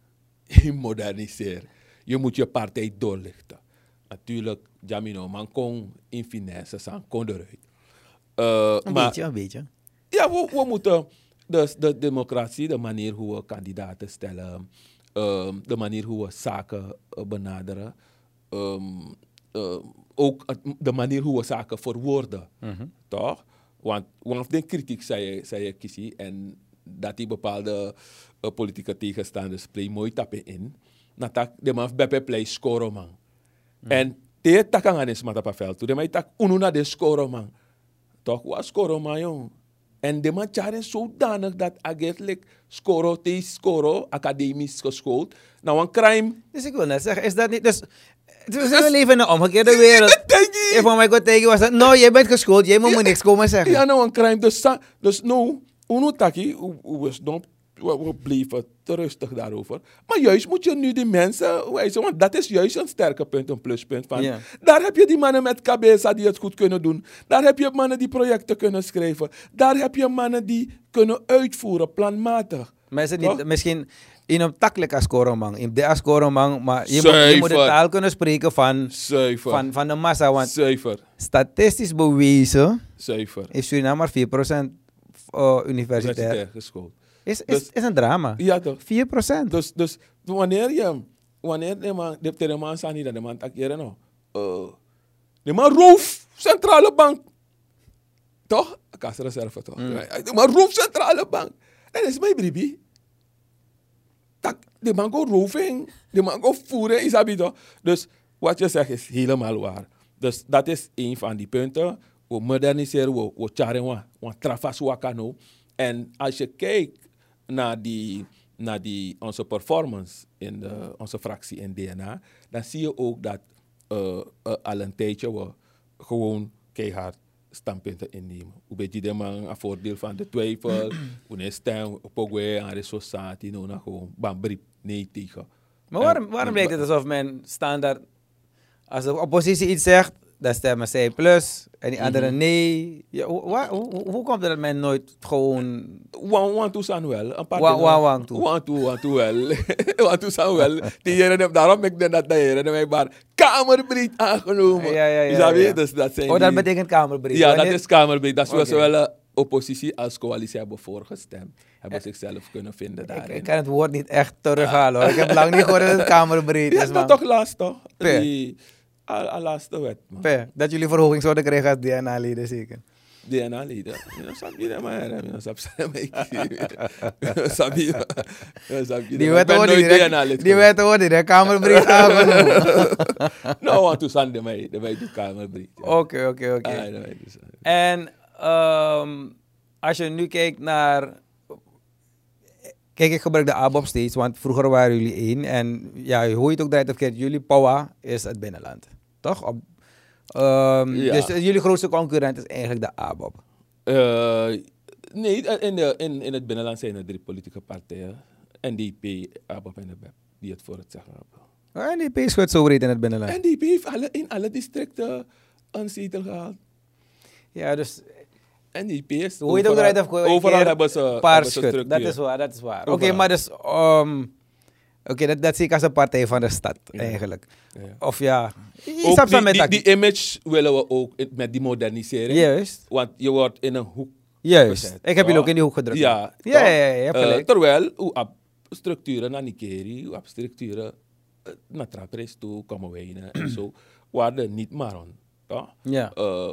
Je moderniseert. Je moet je partij doorlichten. Natuurlijk, Jamino, man kon in finesse, san kon eruit. Uh, Een maar, beetje, een beetje. ja, we, we moeten dus de democratie, de manier hoe we kandidaten stellen, um, de manier hoe we zaken uh, benaderen, um, uh, ook het- de manier hoe we zaken verwoorden, Mhm. toch? Want one of de kritiek zei je, zei je kiesie en dat die bepaalde uh, politieke tegenstanders play mooi tappen in, natak de man bepe play scoren man. En te takangan is mata pa veld, de man tak ununa de scoren man. Toch was scoren man jong. En de man jaren zodanig dat eigenlijk scoren, te scoren, academisch geschoold. Nou een crime. Dus ik wil net zeggen, is dat niet... Dus, dus we leven in een omgekeerde wereld. Tegen- If my god tegen was dat, nou, jij bent geschoold, jij moet me niks komen zeggen. Ja, nou een crime. Dus, sa- dus nou, uno taki, u- u was nog, we, we bleven te rustig daarover. Maar juist moet je nu die mensen wijzen, want dat is juist een sterke punt, een pluspunt. Van, Ja. Daar heb je die mannen met cabeza die het goed kunnen doen. Daar heb je mannen die projecten kunnen schrijven. Daar heb je mannen die kunnen uitvoeren, planmatig. Maar is het Toch? niet misschien in een takkelijk als koromang, in de als koromang, maar je moet, je moet de Zuiver. taal kunnen spreken van, Zuiver. van, van de massa. Want Zuiver. statistisch bewezen Zuiver. is Suriname maar vier procent uh, universitair. Universitair geschoold. Is, is, Dus- is een drama. Ja toch? vier procent. Dus, dus wanneer je, wanneer de man, de, de man zei niet dat de man tak hier nou, uh, de man roof centrale bank, toch? Kasreserve toch? Mm. De man roof centrale bank. En dat is mijn bribi. Tak, de man go roofing, de man go voeren, isabi toch? Dus wat je zegt is helemaal waar. Dus dat is een van die punten. We moderniseren, we, we charen, we, we trafas wakano. En als je kijkt naar die, naar die, onze performance in de, onze fractie in D N A, dan zie je ook dat uh, uh, al een tijdje we gewoon keihard standpunten innemen. Hoe beetje de man een voordeel van de twijfel, hoe een stem, pogwe aan de sociëteit, nou nou gewoon bambriep, nee tegen. Maar waarom, En- waarom en- lijkt het alsof men standaard, als de oppositie iets zegt, dan stemmen zij plus en die anderen nee. Ja, hoe, waar- hoe, hoe, hoe komt het dat men nooit gewoon... Wan wan toe san wel. Een paar Wa- dingen- wa- wang toe. Wan toe, wan toe wel. Wan toe san wel. Die heren hebben daarom ik denk dat de heren hebben maar kamerbreed aangenomen. Ja, ja, ja, Je zou ja. weten, dus dat zijn Oh, dat die- betekent kamerbreed. Ja, dat Wanneer- is kamerbreed. Dat is Oké. zowel de oppositie als coalitie hebben voorgestemd. Hebben zichzelf kunnen vinden Ik, daarin. ik kan het woord niet echt terughalen hoor. Ik heb lang niet gehoord dat het kamerbreed Ja, is, dat man. toch laatst toch? Fair. Die al, al laatste wet, man. Fair. Dat jullie verhoging zouden krijgen als D N A-leden zeker. D N A-leden. Je snap je dat maar, je snap je dat snap je dat snap je Die dat. Ik wet ben worden nooit direct, D N A-lid die geweest. wet worden direct kamerbreed aangenomen. Nou, want toen zijn de mij, de mij de kamerbreed. ja. Oké, oké, oké. Ah, de mij dus. En ehm, als je nu kijkt naar... Kijk, ik gebruik de A B O P steeds, want vroeger waren jullie één. En ja, hoe je het ook draait of keert, jullie P O A is het binnenland. Toch? Op, um, Ja. Dus jullie grootste concurrent is eigenlijk de A B O P. Uh, nee, in, de, in, in het binnenland zijn er drie politieke partijen. N D P, A B O P en de B E P, die het voor het zeggen hebben. N D P is goed zo breed in het binnenland. N D P heeft alle, in alle districten een zetel gehaald. Ja, dus N D P is hoe je het ook draait of overal hebben ze paar hebben ze schut. structuur. Dat is waar, dat is waar. Oké, Overal. maar dus... Um, Oké, dat, dat zie ik als een partij van de stad, Ja. eigenlijk. Ja. Of ja... je Ook snapt die, wat met die, dat- die image willen we ook met die modernisering. Juist, Want je wordt in een hoek juist. gezet, Ik heb jullie toch? ook in die hoek gedrukt. Ja, ja, toch? ja, ja, je hebt Eh, gelijk. terwijl, u hebt structuren naar Nikeri, u hebt structuren eh, naar Trapres toe, Kamerwijnen en zo, waar er niet maar on. Toch? Ja. Uh,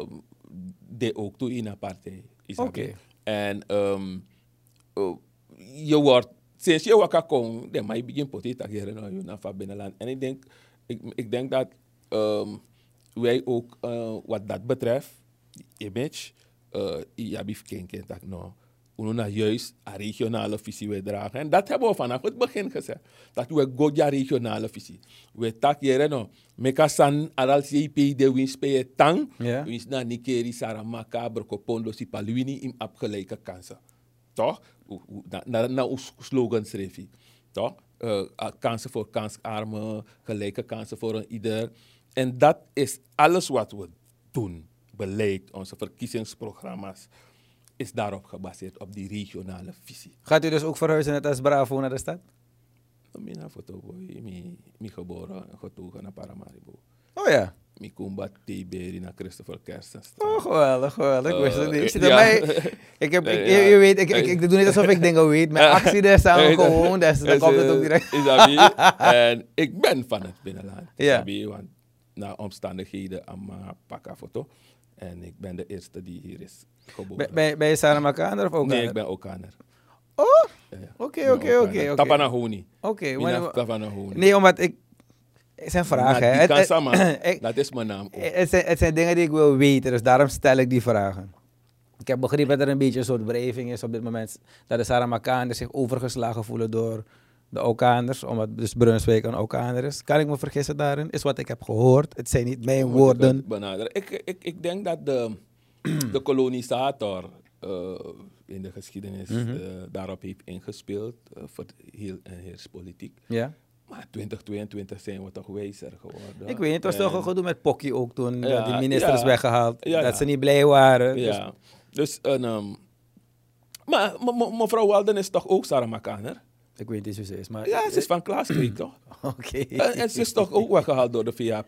de ook toe in een partij. Oké. Okay. En um, uh, je wordt, sinds je wakker komt, dan mag je begin potet ageren naar je naar van binnenland. En ik denk, ik, ik denk dat um, wij ook, uh, wat dat betreft, die image, uh, ja, bief kenken dat nou, we nou juist een regionale visie willen dragen. En dat hebben we vanaf het begin gezegd. Dat we goja regionale visie. We tak jere no, meka san aral C P de wins pe tang, Ja. wins na Nikeri, Saramaka, Brokopondo, Sipaluini in afgelijke kansen. Toch? U- u- Na, na, na ons slogan schreef hij. Toch? Uh, kansen voor kansarmen, gelijke kansen voor een ieder. En dat is alles wat we doen. Beleid, onze verkiezingsprogramma's, is daarop gebaseerd, op die regionale visie. Gaat u dus ook verhuizen net als Bravo naar de stad? Ik ben foto boy, mi mi geboren en getogen naar Paramaribo. Oh ja. Mi kumba Tiberi naar Christopher Kerstens. Oh, geweldig, geweldig. Ik wist het niet. Ik zit ja. erbij. Ik heb, ik, Ja. je, je weet, ik, ik, ik doe niet alsof ik dingen weet. Mijn actie daar staan Ja. gewoon, dus dan Is, komt het eh, ook direct. Is dat wie? En ik ben van het binnenland. Is Ja. dat wie? Want na omstandigheden aan mijn pakka foto. En ik ben de eerste die hier is geboren. Ben- Ben ben je Saramakaner of ook? Nee, ik ben Okaner. Oh, Ja, ja. oké, Ik ben oké, Okaner. oké, oké. Tapanahoni. Oké, Mina maar- Tapanahoni. nee, omdat ik... Het zijn vragen, hè. Die Het- kan het- samen. ik- Dat is mijn naam ook. Het zijn, het zijn dingen die ik wil weten, dus daarom stel ik die vragen. Ik heb begrepen dat er een beetje een soort wrijving is op dit moment. Dat de Saramakanders zich overgeslagen voelen door de Okanders, omdat dus Brunswijk een Okander is. Kan ik me vergissen daarin? Is wat ik heb gehoord. Het zijn niet mijn Moet ik woorden. het benaderen. Ik, ik, ik denk dat de, de kolonisator uh, in de geschiedenis Mhm. uh, daarop heeft ingespeeld uh, voor heel en heerspolitiek. Ja. Maar twintig tweeëntwintig zijn we toch wijzer geworden. Ik weet niet, het was En- toch een gedoe met Pokkie ook toen Ja, dat die minister is ja. weggehaald. Ja, dat ja. ze niet blij waren. Ja. Dus, een, um, maar me- me- mevrouw Walden is toch ook Saramakaner? Dus, ik weet niet hoe ze is, maar... Ja, ze is van Klaaskreek, toch? Oké. En, en ze is toch ook weggehaald door de V A P?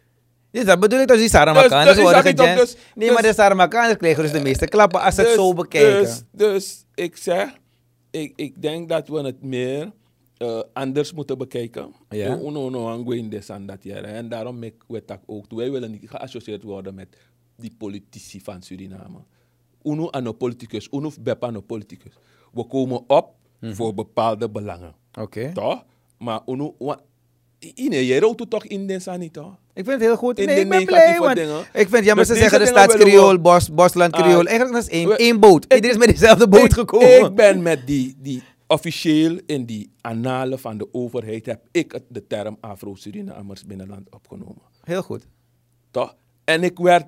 Dus dat bedoel ik dus die Saramakanders Dus- dus worden ik zeg niet gegens- dat dus- Nee, dus- maar de Saramakanders kregen dus de meeste klappen als ze het Dus- zo bekijken. Dus, dus ik zeg, ik, ik denk dat we het meer uh, anders moeten bekijken. Ja. O- Uno no ango in des aan dat jaar. En daarom make we dat ook. Wij willen niet geassocieerd worden met die politici van Suriname. Uno aan een politicus, uno bepa aan een politicus. We komen op voor bepaalde belangen. Oké. Toch? Maar uno, wa- Ine, jij rolt toch in des aan niet, toch? Ik vind het heel goed. In Nee, de ik ben blij, negatieve want dingen. ik vind, ja, maar Dus ze zeggen de deze dingen willen stadskreool, we- bos, boslandkreool. Ah, Eigenlijk dat is één, we- één boot. ik- Iedereen is met dezelfde boot ik, gekomen. Ik ben met die, die officieel in die annalen van de overheid heb ik het, de term Afro-Surinamers binnenland opgenomen. Heel goed. Toch? En ik werd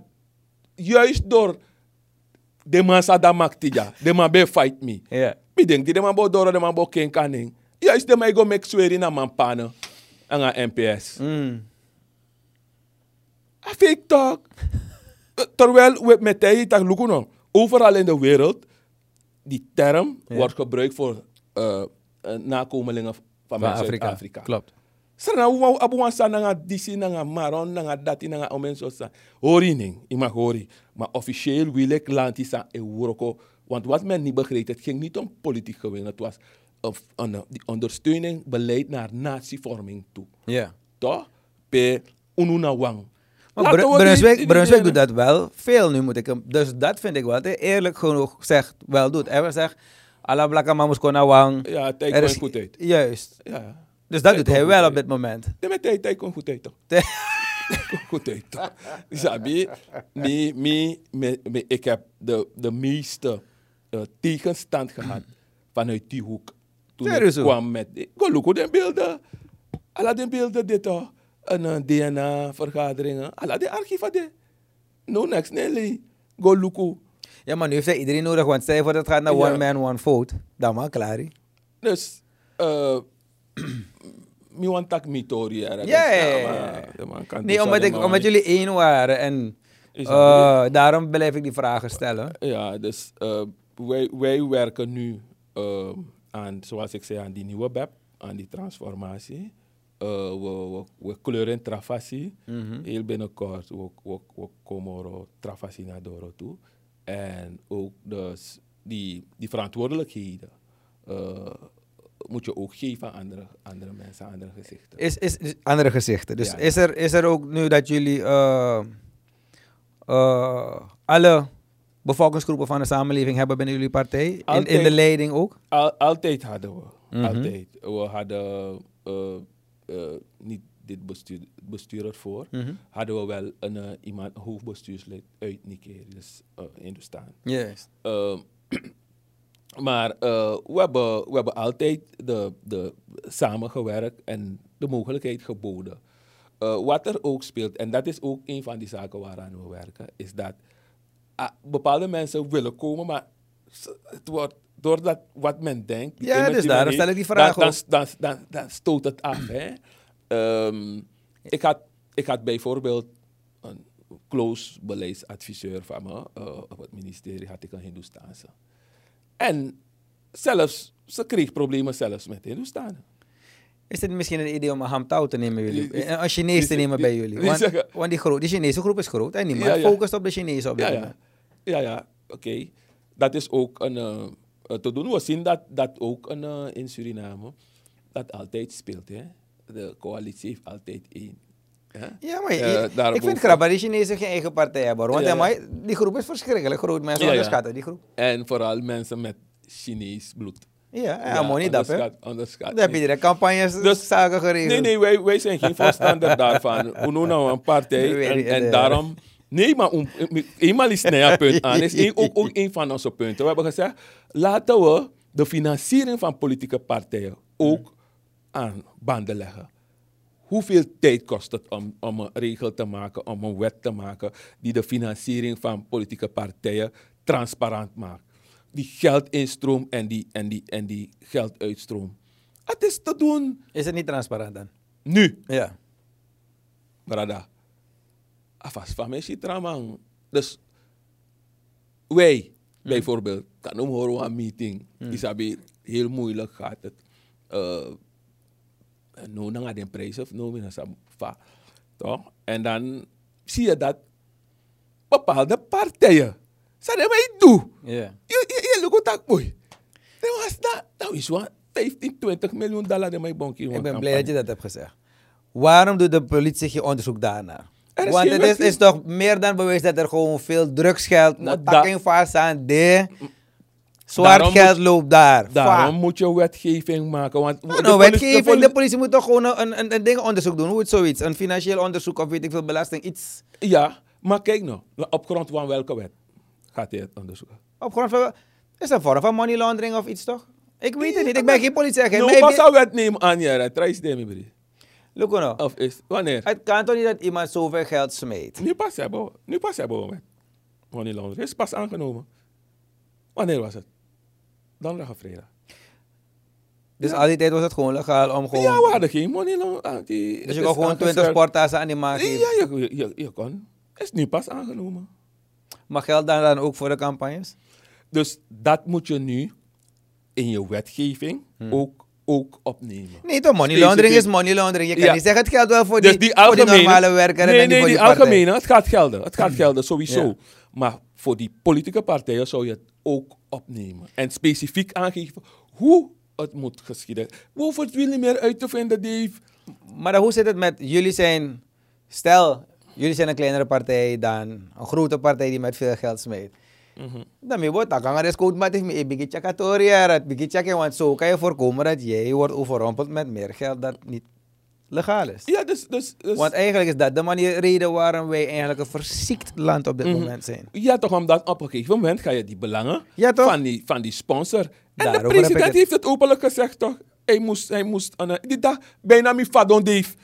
juist door de man Sadamaktia, de man be fight me. Ja. Ik denk die de man bo door de man bo ken kaning. Juist de man go make swear in een man pannen en een N P S. Mm. A fake talk. Terwijl we met die tak lukuno, overal in de wereld die term Ja. wordt gebruikt voor uh, uh, nakomelingen van Van mensen uit Afrika. Afrika. Klopt. Sana uwa abu wansa nanga disi nanga maron nanga dati nanga omenso sa. Hori ning, ima hori. Maar officieel wil ik lanti sa e woroko. Want wat men niet begreep, het ging niet om politiek gewin. Het was of, een, die ondersteuning, beleid naar natievorming toe. Ja. Toch? Pe ununa wang. Maar Laten Bru- we die- Brunswijk, die- Brunswijk die- doet dat wel veel nu, moet ik hem. Dus dat vind ik wel, dat hij eerlijk genoeg zegt, wel doet. Hij zegt, ala blakka mamus kona wang. Ja, Er tijd is- komt goed uit. Juist. Ja. Dus dat Tijd doet hij komt wel goed op uit. dit moment. Nee, maar tijd, tijd komt goed uit toch? Tijd- Tijd komt goed uit toch? Sabi, me, me, me, me, ik heb de, de meeste uh, tegenstand gehad vanuit die hoek. toen Ja, ik dus zo. kwam met... Go look hoe de beelden. Alla de beelden dit toch. Een uh, D N A-vergaderingen. Alla de archieven dit. No next, nee. Go look hoe. Ja, maar nu heeft hij iedereen nodig, want stel je voor dat het gaat naar Ja. one man, one vote. Dan maar, klaar. hè? Dus... Uh, mi want tak mi tori. Ja, ja, ja, ja. Nee, dus omdat, ik, omdat jullie één waren en Is uh, daarom blijf ik die vragen stellen. Ja, dus uh, wij, wij werken nu uh, aan, zoals ik zei, aan die nieuwe B E P, aan die transformatie. Uh, we, we, we kleuren Trafasi. Mhm. Heel binnenkort we, we, we komen we Trafasi naar Doro toe. En ook dus die, die verantwoordelijkheden uh, moet je ook geven aan andere, andere mensen, andere gezichten. Is, is, is andere gezichten. Dus Ja. is, er, is er ook nu dat jullie uh, uh, alle bevolkingsgroepen van de samenleving hebben binnen jullie partij? In, in Altijd. de leiding ook? Al, altijd hadden we. Mhm. Altijd. We hadden uh, uh, niet dit bestuur, bestuurder voor. Mhm. Hadden we wel een, uh, iemand, een hoofdbestuurslid uit Nigeria, dus uh, Hindustan. Yes. Uh, maar uh, we, hebben, we hebben altijd de, de, samengewerkt en de mogelijkheid geboden. Uh, wat er ook speelt, en dat is ook een van die zaken waaraan we werken, is dat uh, bepaalde mensen willen komen, maar het wordt doordat wat men denkt. die Ja, image dus die men daarom heeft, stel ik die vraag dan, ook. dan, dan, dan, dan stoot het af. Hè. Um, ik, had, ik had bijvoorbeeld een close beleidsadviseur van me, uh, op het ministerie had ik een Hindoestaanse. En zelfs, ze kreeg problemen zelfs met Hindoestanen. Is het misschien een idee om een hamtouw te nemen bij jullie? Die- die- Een Chinees te die- nemen die- bij jullie? die Want, zeggen- want die, gro- die Chinese groep is groot en niemand Ja, ja. focust op de Chinezen op dit Ja, moment. ja, ja, ja oké. Okay. Dat is ook een, uh, uh, te doen. We zien dat, dat ook een, uh, in Suriname dat altijd speelt. Hè? De coalitie heeft altijd één. Hè? Ja, maar Uh, je- ik vind daarboven- het grappig dat die Chinezen geen eigen partij hebben. hoor. Want Ja, ja, ja. maar die groep is verschrikkelijk groot. Mensen Ja, ja. onderschatten die groep. En vooral mensen met Chinees bloed. Ja, ja, mooi niet dat, hè? onderschat, onderschat Dan heb je niet. direct campagnes, Dus- zaken geregeld. Nee, nee, wij, wij zijn geen voorstander daarvan. We noemen nou een partij Weet en, ik, en ja. daarom... Nee, maar om, eenmaal is het punt aan. is een, ook, ook een van onze punten. We hebben gezegd, laten we de financiering van politieke partijen ook aan banden leggen. Hoeveel tijd kost het om, om een regel te maken, om een wet te maken die de financiering van politieke partijen transparant maakt? Die geldinstroom en die, en die, en die gelduitstroom. Het is te doen Is het niet transparant dan? nu. Ja. Brada. Afas van mensen tramang. Dus wij, bijvoorbeeld, kan we horen een meeting. Isabi, heel moeilijk gaat het. Uh, no, dan gaat een prijs of no, dan va. Toch? En dan zie je dat bepaalde partijen. Zeiden wij doen. Ja. Je, je, je lukt dat mooi. Dan was dat, nou is wat, vijftien, twintig miljoen dollar in mijn bonkie. Ik ben blij dat je dat hebt gezegd. Waarom doet de politie geen onderzoek daarnaar? Er is Want geen het is, wet- is toch meer dan bewezen dat er gewoon veel drugsgeld, Nou, nou, da- takking vast aan de zwart Daarom geld moet- loopt daar. Daarom Vaak. moet je wetgeving maken. Want Nou, de nou, politie- de wetgeving, poli- de politie moet toch gewoon een, een, een ding onderzoek doen. Hoe het zoiets? Een financieel onderzoek of weet ik veel, belasting, iets. Ja, maar kijk nou. Op grond van welke wet gaat hij het onderzoeken? Op grond van, is dat een vorm van money laundering of iets toch? Ik weet het Ja, niet, ik maar- ben geen politieagent. Nou, maar ik pas weet- zou wet nemen aan je. Trijs de me. Look nou. Of is, wanneer? Het kan toch niet dat iemand zoveel geld smeet? Nu pas hebben we. Nu pas hebben we wet. Money laundering is pas aangenomen. Wanneer was het? Donderdag of vrijdag? Dus al die tijd was het gewoon legaal om gewoon... Ja, we hadden geen money laundering. Die- dus het je is kon gewoon twintig aangesteld- sporttassen aan die maag Ja, geven. je, je, je kon. Het is nu pas aangenomen. Maar geldt dan, dan ook voor de campagnes? Dus dat moet je nu in je wetgeving ook, ook opnemen. Nee toch, money Specifiek. laundering is money laundering. Je kan Ja. niet zeggen het geldt wel voor Dus die, die voor die algemene, normale werker en nee, dan niet nee, voor die die partij. algemene, het gaat gelden. Het gaat gelden, sowieso. Ja. Maar voor die politieke partijen zou je het ook opnemen. En specifiek aangeven hoe het moet geschieden. We hoeven het weer niet meer uit te vinden, Dave. Maar dan, hoe zit het met, jullie zijn, stel, jullie zijn een kleinere partij dan een grote partij die met veel geld smeet. Dan moet je dat kan er code maar het is een chakatoria, het begint checken, want zo kan je voorkomen dat jij wordt overrompeld met meer geld dat niet legaal is. Ja, dus... dus, dus Want eigenlijk is dat de manier, reden waarom wij eigenlijk een verziekt land op dit Mhm. moment zijn. ja, toch, omdat op een gegeven moment ga je die belangen Ja, toch? van, die, van die sponsor de Daarover heb ik president het- heeft het openlijk gezegd, toch? Hij moest, hij moest, uh, die dag, bijna mi fadon Dave.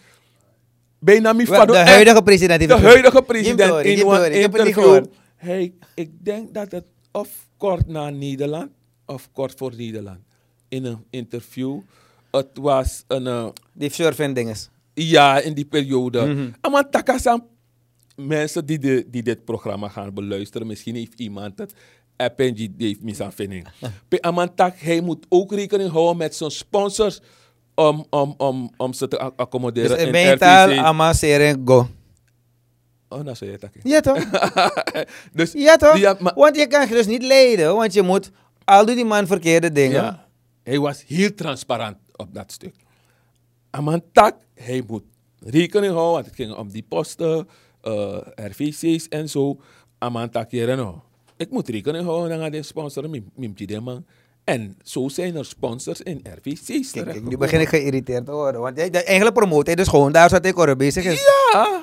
Bijna mi Wel, fadon. de En huidige president heeft De het huidige gezegd. president Jim Tory, in Jim een Tory, ik heb het niet interview. gehoord. Hij, ik denk dat het of kort na Nederland, of kort voor Nederland. In een interview. Het was een... Uh, Die surfing dinges. ja, in die periode. Mhm. Maar takasan mensen die, de, die dit programma gaan beluisteren, misschien heeft iemand het app en die heeft misafvinning. Pe amantak, hij moet ook rekening houden met zijn sponsors om, om, om, om ze te a- accommoderen. Dus in in mijn taal, R V C. ama sering go. Oh, nou zeg je het. Ja toch? Dus, Ja toch? ja, maar- Want je kan dus niet leiden, want je moet, al doet die man verkeerde dingen. Ja, hij was heel transparant op dat stuk. Amantak, hij moet rekening houden, want het ging om die posten, uh, R V C's en zo. Amantak, hier en nou. Ik moet rekening houden met de sponsor, Mimtje man. En zo zijn er sponsors in R V C's. Kijk, kijk, nu terechtgekomen. begin ik geïrriteerd te worden. Want jij, jij- eigenlijk promoot hij dus gewoon daar zat ik al bezig is. Ja,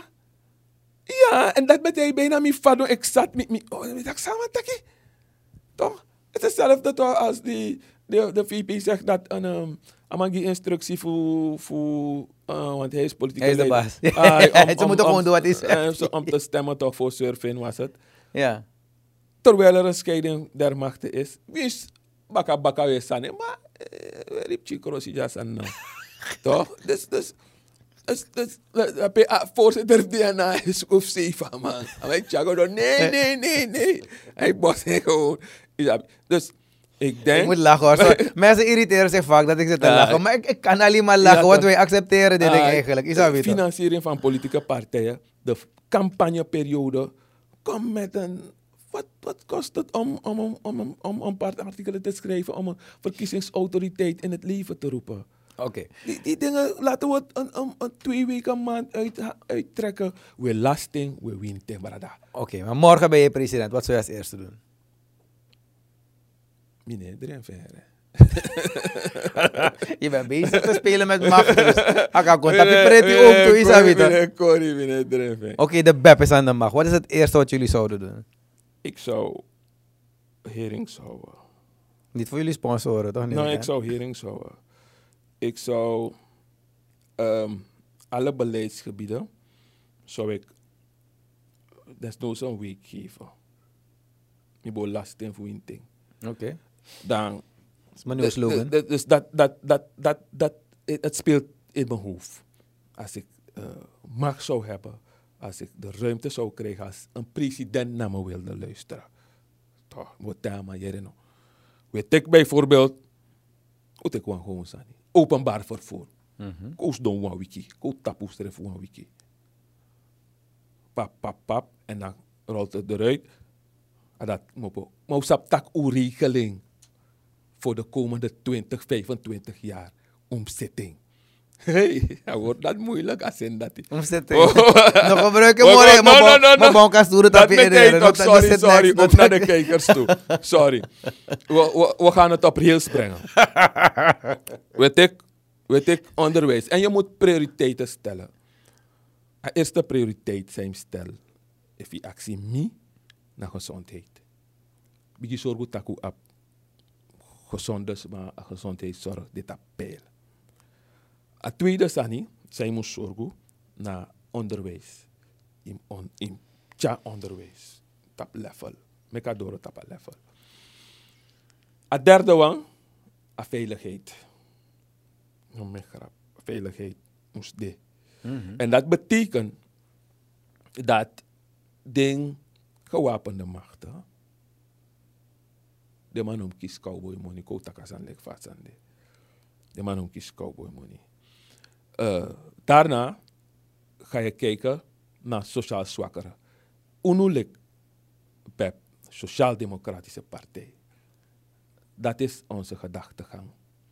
ja, en dat met hij bijna mi fado, ik zat met mi, oh, ik dacht, samen takkie. Toch? Het is hetzelfde toch als die, de, de V P zegt dat een, um, amang instructie voor, voor uh, want hij is politiek Hij is de leider. baas. Ah, Ze moeten gewoon doen wat hij zegt. uh, om te stemmen toch voor surfen was het. Ja. Terwijl er een scheiding der machten is. Wie is baka baka weer sane, maar eh, riep chikrosi jasan nou. Toch? Dus, dus, dus, dus, heb je ah, voorzitter D N A is of zeven man. En wij chago dan, nee, nee, nee, nee. Hij bos hij gewoon. Ja, dus, ik denk... Ik moet lachen hoor. Sorry. Mensen irriteren zich vaak dat ik zit te Ja, lachen. Maar ik, ik kan alleen maar lachen, Ja, want toch. wij accepteren dit Ah, ding eigenlijk. Is dat de weet toch? financiering van politieke partijen, de f- campagneperiode, kom met een... Wat, wat kost het om, om, om, om, om, om een paar artikelen te schrijven, om een verkiezingsautoriteit in het leven te roepen? Oké. Die, die dingen laten we het een, een, een twee weken een maand uit, uittrekken. We lasting, we winten, brada. Oké, maar morgen ben je president. Wat zou je als eerste doen? Meneer Drenverre. Je bent bezig te spelen met macht. Dus ik ga contact pretty ook toe. Is dat weet toch? Meneer Corrie, meneer Drenverre. Oké, de B E P is aan de macht. Wat is het eerste wat jullie zouden doen? Ik zou herings houden. Niet voor jullie sponsoren, toch? Nou, ik zou herings houden. Ik zou ehm, alle beleidsgebieden zou ik desnoods een week geven. Ik wil lasting voor een ding. Oké. Dan, Dat is mijn nieuwe slogan. Dus, dus dat, dat, dat, dat, dat, het, het speelt in mijn hoofd. Als ik uh, macht zou hebben, als ik de ruimte zou krijgen, als een president naar me wilde luisteren. Toch, wat daar maar hierin. Weet ik bijvoorbeeld, wat ik gewoon zeggen, openbaar vervoer. Mhm. Koos doen een wiki, koos tapus er voor een wiki. Pap, pap, pap, en dan rolt het eruit. En dat moet maar op tak uw regeling voor de komende twintig, vijfentwintig jaar omzetting. Hey, dat wordt dat moeilijk als in dat. Omzetting. Nog gebruiken Oh, morgen. no, no, no, no. Maar bon kan stoeren Dat tapje met in tijd ook, sorry, sorry, ook naar de kijkers toe. Sorry. We, we, we gaan het op rails brengen. Weet ik, weet ik, onderwijs. En je moet prioriteiten stellen. De eerste prioriteit zijn stel. If je actie me naar gezondheid. Bigi zorg dat ik op gezondes, maar gezondheidszorg dit op peil. Het tweede sani, zij moet zorgen naar onderwijs. In, on, in tja onderwijs. Tap level. Meka door tap level. Het derde one, a veiligheid. Nou, mijn grap. Veiligheid moest de. Mhm. En dat betekent dat ding gewapende machten. De man om kies cowboy money, ko takasan lek vatsande. De man om kies cowboy money. Uh, daarna ga je kijken naar sociaal zwakkeren. Unulik B E P, Sociaal-Democratische Partij. Dat is onze gedachtegang.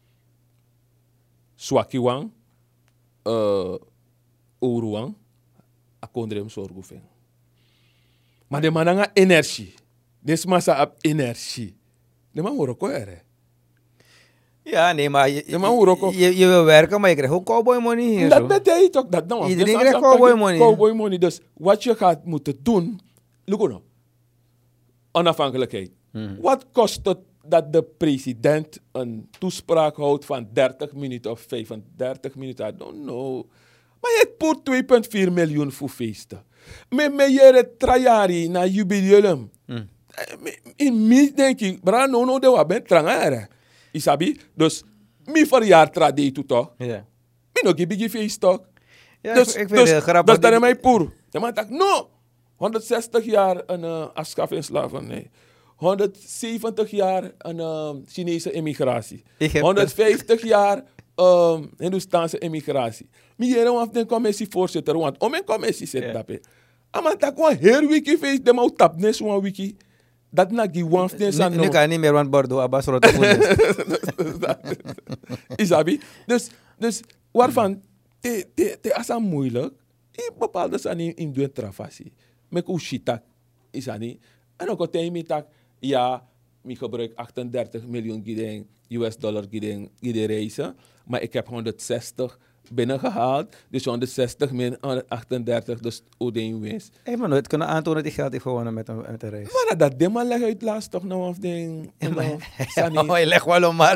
Swakiwang, uh, Oruwang, akondrem zorguving. Maar de man heeft energie. Deze massa heeft energie. De man wordt ook er. Ja, nee, maar je, Ja, maar hoe ook- je, je, je wil werken, maar je krijgt ook cowboy money hier. Dat zo. ben jij toch? Dat, nou, Iedereen dus krijgt als- als- cowboy money. Cowboy money. Dus wat je gaat moeten doen, look nou, onafhankelijkheid. Mhm. Wat kost het dat de president een toespraak houdt van dertig minuten of vijfendertig minuten. I don't know. Maar je hebt voor twee komma vier miljoen voor feesten. Met mij je trajari na jubileum. Mm. In mij denk ik, bra no no de wat ben trangere. Isabi, dus mi verjaard trade tu toch? Ja. Mi no gibi feest toch? Ja, dus ik, ik vind dus, het grappig. dus dan die- is mij poer. De man dacht, no, honderdzestig jaar een uh, afschaffing slavernij. honderdzeventig jaar een uh, Chinese immigratie. Egypte. honderdvijftig jaar um, Hindoestaanse immigratie. Mi jere af den commissievoorzitter, want om een commissie zit Ja. daarbij. Ama tak wan her wiki face dem au tap nes wan wiki. Dat na gi wan den san Nu, nu no. kan je niet meer, want Bordeaux, Abbas Rotterdam. Isabi. Dus, dus waarvan, te, te, te asa moeilijk. I bepaalde san in, in doen travasie. Mek u shitak. Isani. En ook altijd mi tak, ja, mi gebruik achtendertig miljoen gideng, U S dollar gideng, gideng reizen. Maar ik heb honderdzestig binnengehaald. Dus honderdzestig min honderdachtendertig, dus Odin winst. Ik heb me nooit kunnen aantonen dat ik geld heeft gewonnen met een, met een race. Maar dat ding man leg uit laatst toch nou of ding. Oh, je legt wel om maar.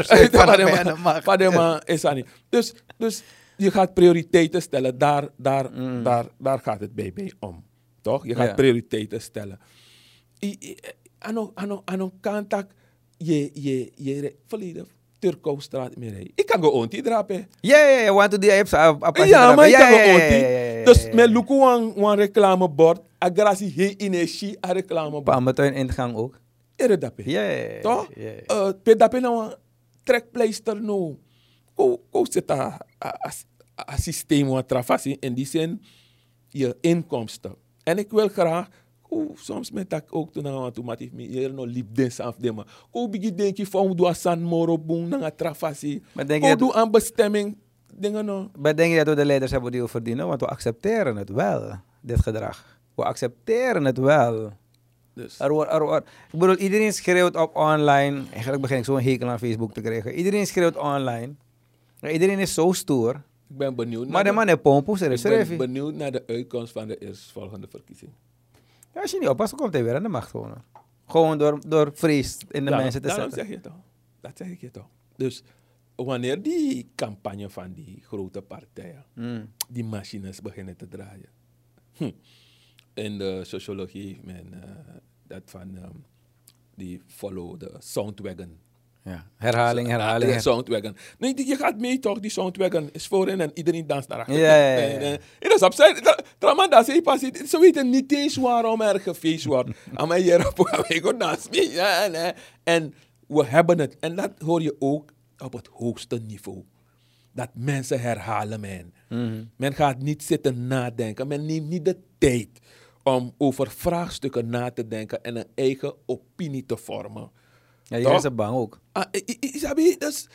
Padema is aan niet. Dus, dus je gaat prioriteiten stellen. Daar, daar, Mm. daar, daar gaat het bij, bij om. Toch? Je gaat Ja. prioriteiten stellen. I- I- Ano, ano, ano kantak je, je, je volledig Turkouwstraat meer rijden. Ik kan gewoon die drapen. Ja, ja, ja, want die heeft Ja, maar ik kan gewoon die. die. Dus met Luku een reclamebord. Agrassie he energie a reclamebord. Pamatuin ingang ook. Ere dape. Ja, ja, ja. Toch? Ja, ja. Uh, pe dape nou een trekpleister nou. Ko ko zit a a systeem wat travasie in die zin je inkomsten. En ik wil graag ko soms met dat ook toen nou automatisch me hier no liep des af de maar. Ko bigi denk je van doa san moro boom na travasie. Maar denk je Ko dat- doe aan bestemming dingen no. Maar denk je dat we de leiders hebben die we verdienen? Want we accepteren het wel, dit gedrag. We accepteren het wel. Dus Er wordt, er wordt, ik bedoel, iedereen schreeuwt op online. Eigenlijk begin ik zo'n hekel aan Facebook te krijgen. Iedereen schreeuwt online. Maar iedereen is zo stoer. ik ben benieuwd Maar naar de man heeft pompos, er ik is ben schreef. benieuwd naar de uitkomst van de eerstvolgende verkiezing. Ja, als je niet oppast, dan komt hij weer aan de macht gewoon. Gewoon door, door vrees in de Ja, mensen te daarom zetten. zeg je toch. Dat zeg ik je toch. Dus wanneer die campagne van die grote partijen, Mm. die machines beginnen te draaien. Hm. In de sociologie, men, uh, dat van um, die follow de soundwagon. Ja. Herhaling, herhaling. De soundwagon. Nee, die- je gaat mee toch, die soundwagon is voorin en iedereen danst daarachter. Ja, ja, ja. Nee, nee. Het is opzij. Traman, dat is pas. Ze weten niet eens waarom er gefeest wordt. Maar hier op ik go dans mee. Ja, nee. En we hebben het. En dat hoor je ook op het hoogste niveau. Dat mensen herhalen, man. Mhm. Men gaat niet zitten nadenken. Men neemt niet de tijd om over vraagstukken na te denken en een eigen opinie te vormen. Ja, Toch? hier is ze bang ook. Ah, i- i- Isabi, dat is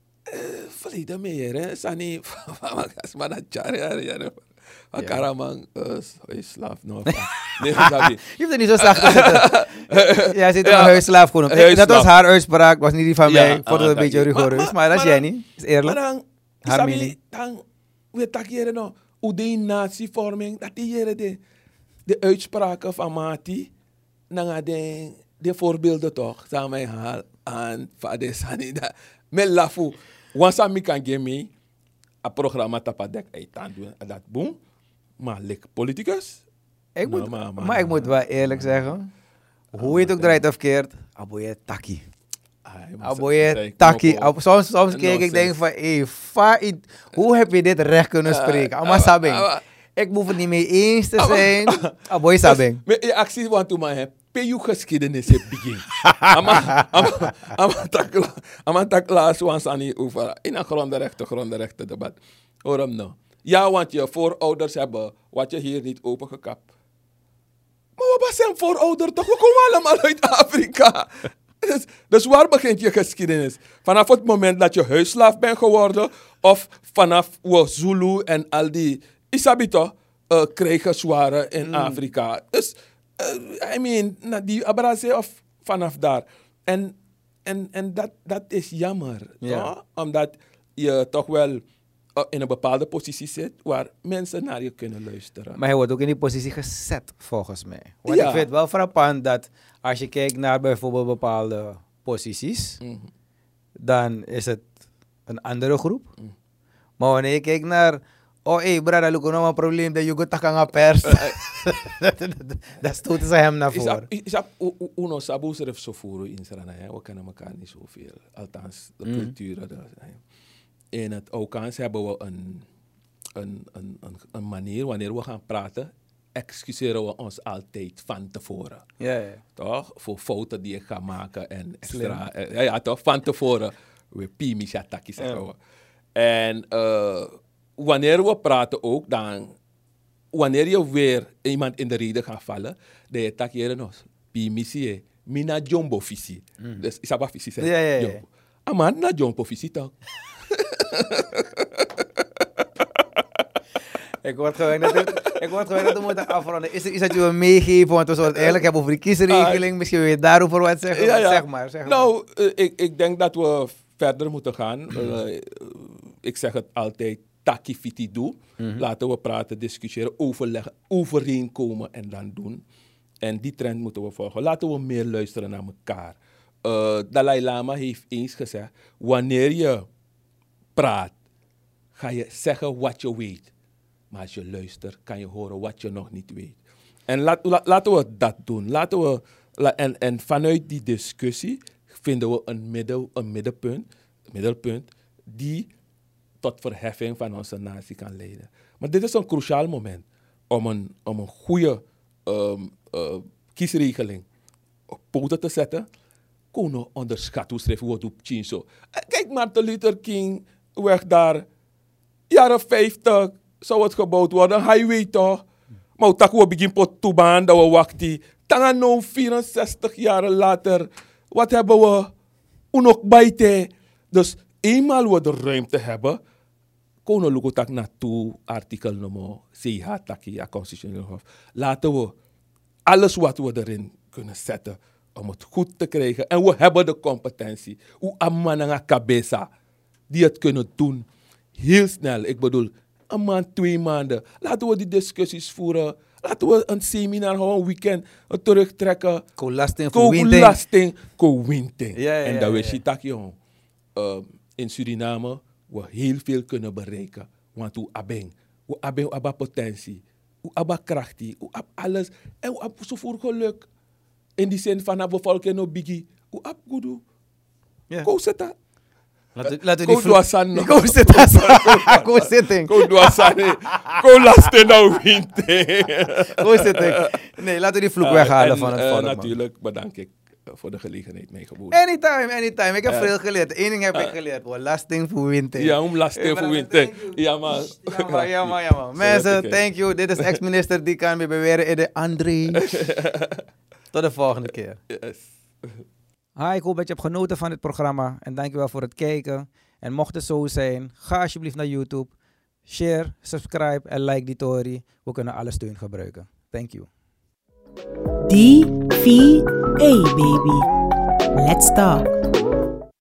verleden meer, hè? Sani, maar dat jaar, ja, ja. Van Karaman, slaaf, no. Nee, Isabi. Je hoeft er niet zo zacht te zitten. Ja, zit in Ja. een huisslaaf gewoon. Dat Huisslaaf. was haar uitspraak, was niet die van Ja, mij. Vond het ah, een beetje dank je. rigoureus. Maar- Maar dat is maar- jij niet. Is eerlijk. Maar dan, Haar Isabi, mening. dan, we takeren nou, hoe die natievorming, dat die heren de, de uitspraken van Mati, dan de, de voorbeelden toch, samen mij haal aan, vader Sani, dat, met lafu, wanneer ik kan geven, een programma tapadek uit aan doen, dat boom, maar lik politicus. Ik Maar- moet, maar- maar, maar- ik moet wel eerlijk zeggen. Hoe je het ook draait of keert. Aboye taki. Aboye taki. Ab- Soms, soms kijk ik denk van, hé, hey, hoe heb je dit recht kunnen spreken? Amma sabing. Ik hoef het niet mee eens te zijn. Aboye sabing. Met je actie want toen maar heb, pe je geschiedenis heb begin. Ama, ama, ama takla, ama takla zoals aan die over in een grondenrechten, grondenrechten debat. Hoor hem nou. Ja, want je voorouders hebben wat je hier niet opengekapt. Maar wat zijn voorouders toch? We komen allemaal uit Afrika. Dus, dus waar begint je geschiedenis? Vanaf het moment dat je huisslaaf bent geworden, of vanaf we Zulu en al die Isabito uh, krijgers waren in Afrika. Dus, uh, I mean, na die abrase of vanaf daar. En, en, en dat, dat is jammer, Ja. toch? Omdat je toch wel uh, in een bepaalde positie zit waar mensen naar je kunnen luisteren. Maar hij wordt ook in die positie gezet, volgens mij. Want Ja. ik vind het wel frappant dat als je kijkt naar bijvoorbeeld bepaalde posities, Mhm. dan is het een andere groep. Mhm. Maar wanneer je kijkt naar, oh hé, hey, brada, look, nou een probleem dat je goed kan pers. Dat stoten ze hem naar voren. Uno sabu serf zo voor in Sarana, we kennen elkaar niet zoveel. Althans, de Mm. cultuur. In het Oukans hebben we een, een, een, een, een manier, wanneer we gaan praten, excuseren we ons altijd van tevoren. Ja, ja. Toch? Voor fouten die ik ga maken en extra. Eh, ja, ja, toch? Van tevoren. We pimi shataki zeggen we. En uh, wanneer we praten ook, dan... Wanneer je weer iemand in de reden gaat vallen, dan je tak hier nog. Pimi zie mina jumbo visie. Mm. Dus is dat visie Ja, ja, ja. Aman, na jumbo visie toch? Ik word gewoon dat we, ik word gewoon dat we moeten afronden. Is er iets dat je wil meegeven? Want we zouden het eigenlijk hebben over die kiesregeling. Misschien wil je daarover wat zeggen. Ja, ja. Zeg maar. Zeg maar. Nou, uh, ik, ik denk dat we verder moeten gaan. Uh, ik zeg het altijd, taki fiti doe. Mm-hmm. Laten we praten, discussiëren, overleggen, overeenkomen en dan doen. En die trend moeten we volgen. Laten we meer luisteren naar elkaar. Uh, Dalai Lama heeft eens gezegd, wanneer je praat, ga je zeggen wat je weet. Maar als je luistert, kan je horen wat je nog niet weet. En laat, la, laten we dat doen. Laten we, la, en, en vanuit die discussie vinden we een, middel, een middenpunt, middelpunt die tot verheffing van onze natie kan leiden. Maar dit is een cruciaal moment om een, om een goede um, uh, kiesregeling op poten te zetten. Kunnen onderschatten hoe schrijven we op Chinso. Kijk, Martin Luther King weg daar, jaren vijftig zou het gebouwd worden, een highway toch? Maar ook we begin pot toebaan dat we wachten. Dan nou vierenzestig jaar later, wat hebben we? Ook bij. Dus eenmaal we de ruimte hebben, kunnen we ook naartoe artikel nummer C H taki, a constitutioneel hof. Laten we alles wat we erin kunnen zetten om het goed te krijgen. En we hebben de competentie. We hebben een cabeza die het kunnen doen. Heel snel, ik bedoel, een maand, twee maanden. Laten we die discussies voeren. Laten we een seminar houden, een weekend, een terugtrekken. Co-lasting voor winting. Co-lasting, co-winting. Ja, ja, en ja, dat ja. weet je tak, jongen. Uh, in Suriname, we heel veel kunnen bereiken. Want we hebben, we hebben, we hebben potentie. We hebben kracht. We hebben alles. En we hebben zoveel geluk. In die zin van, we volken no biggie. We hebben goed. Ja. Go zitten. Laten we die Go vloek... doasan. Go zitten. Go zitting. Go doasan. Go lasten nou winting. Go zitting. Nee, laten we die vloek weghalen En, van het uh, volk, man. natuurlijk bedank ik uh, voor de gelegenheid meegeboden. Anytime, anytime. Ik heb Uh, veel geleerd. Eén ding heb ik geleerd. Well, lasting voor winting. Ja, om lasten voor winting. Ja, maar. Ja, maar, ja, maar, ja, man. Mensen, thank you. Dit is ex-minister Dikan. We beweren in de André. Tot de volgende keer. Yes. Hi, ik hoop dat je hebt genoten van dit programma. En dankjewel voor het kijken. En mocht het zo zijn, ga alsjeblieft naar YouTube. Share, subscribe en like die story. We kunnen alle steun gebruiken. Thank you. D V A baby. Let's talk.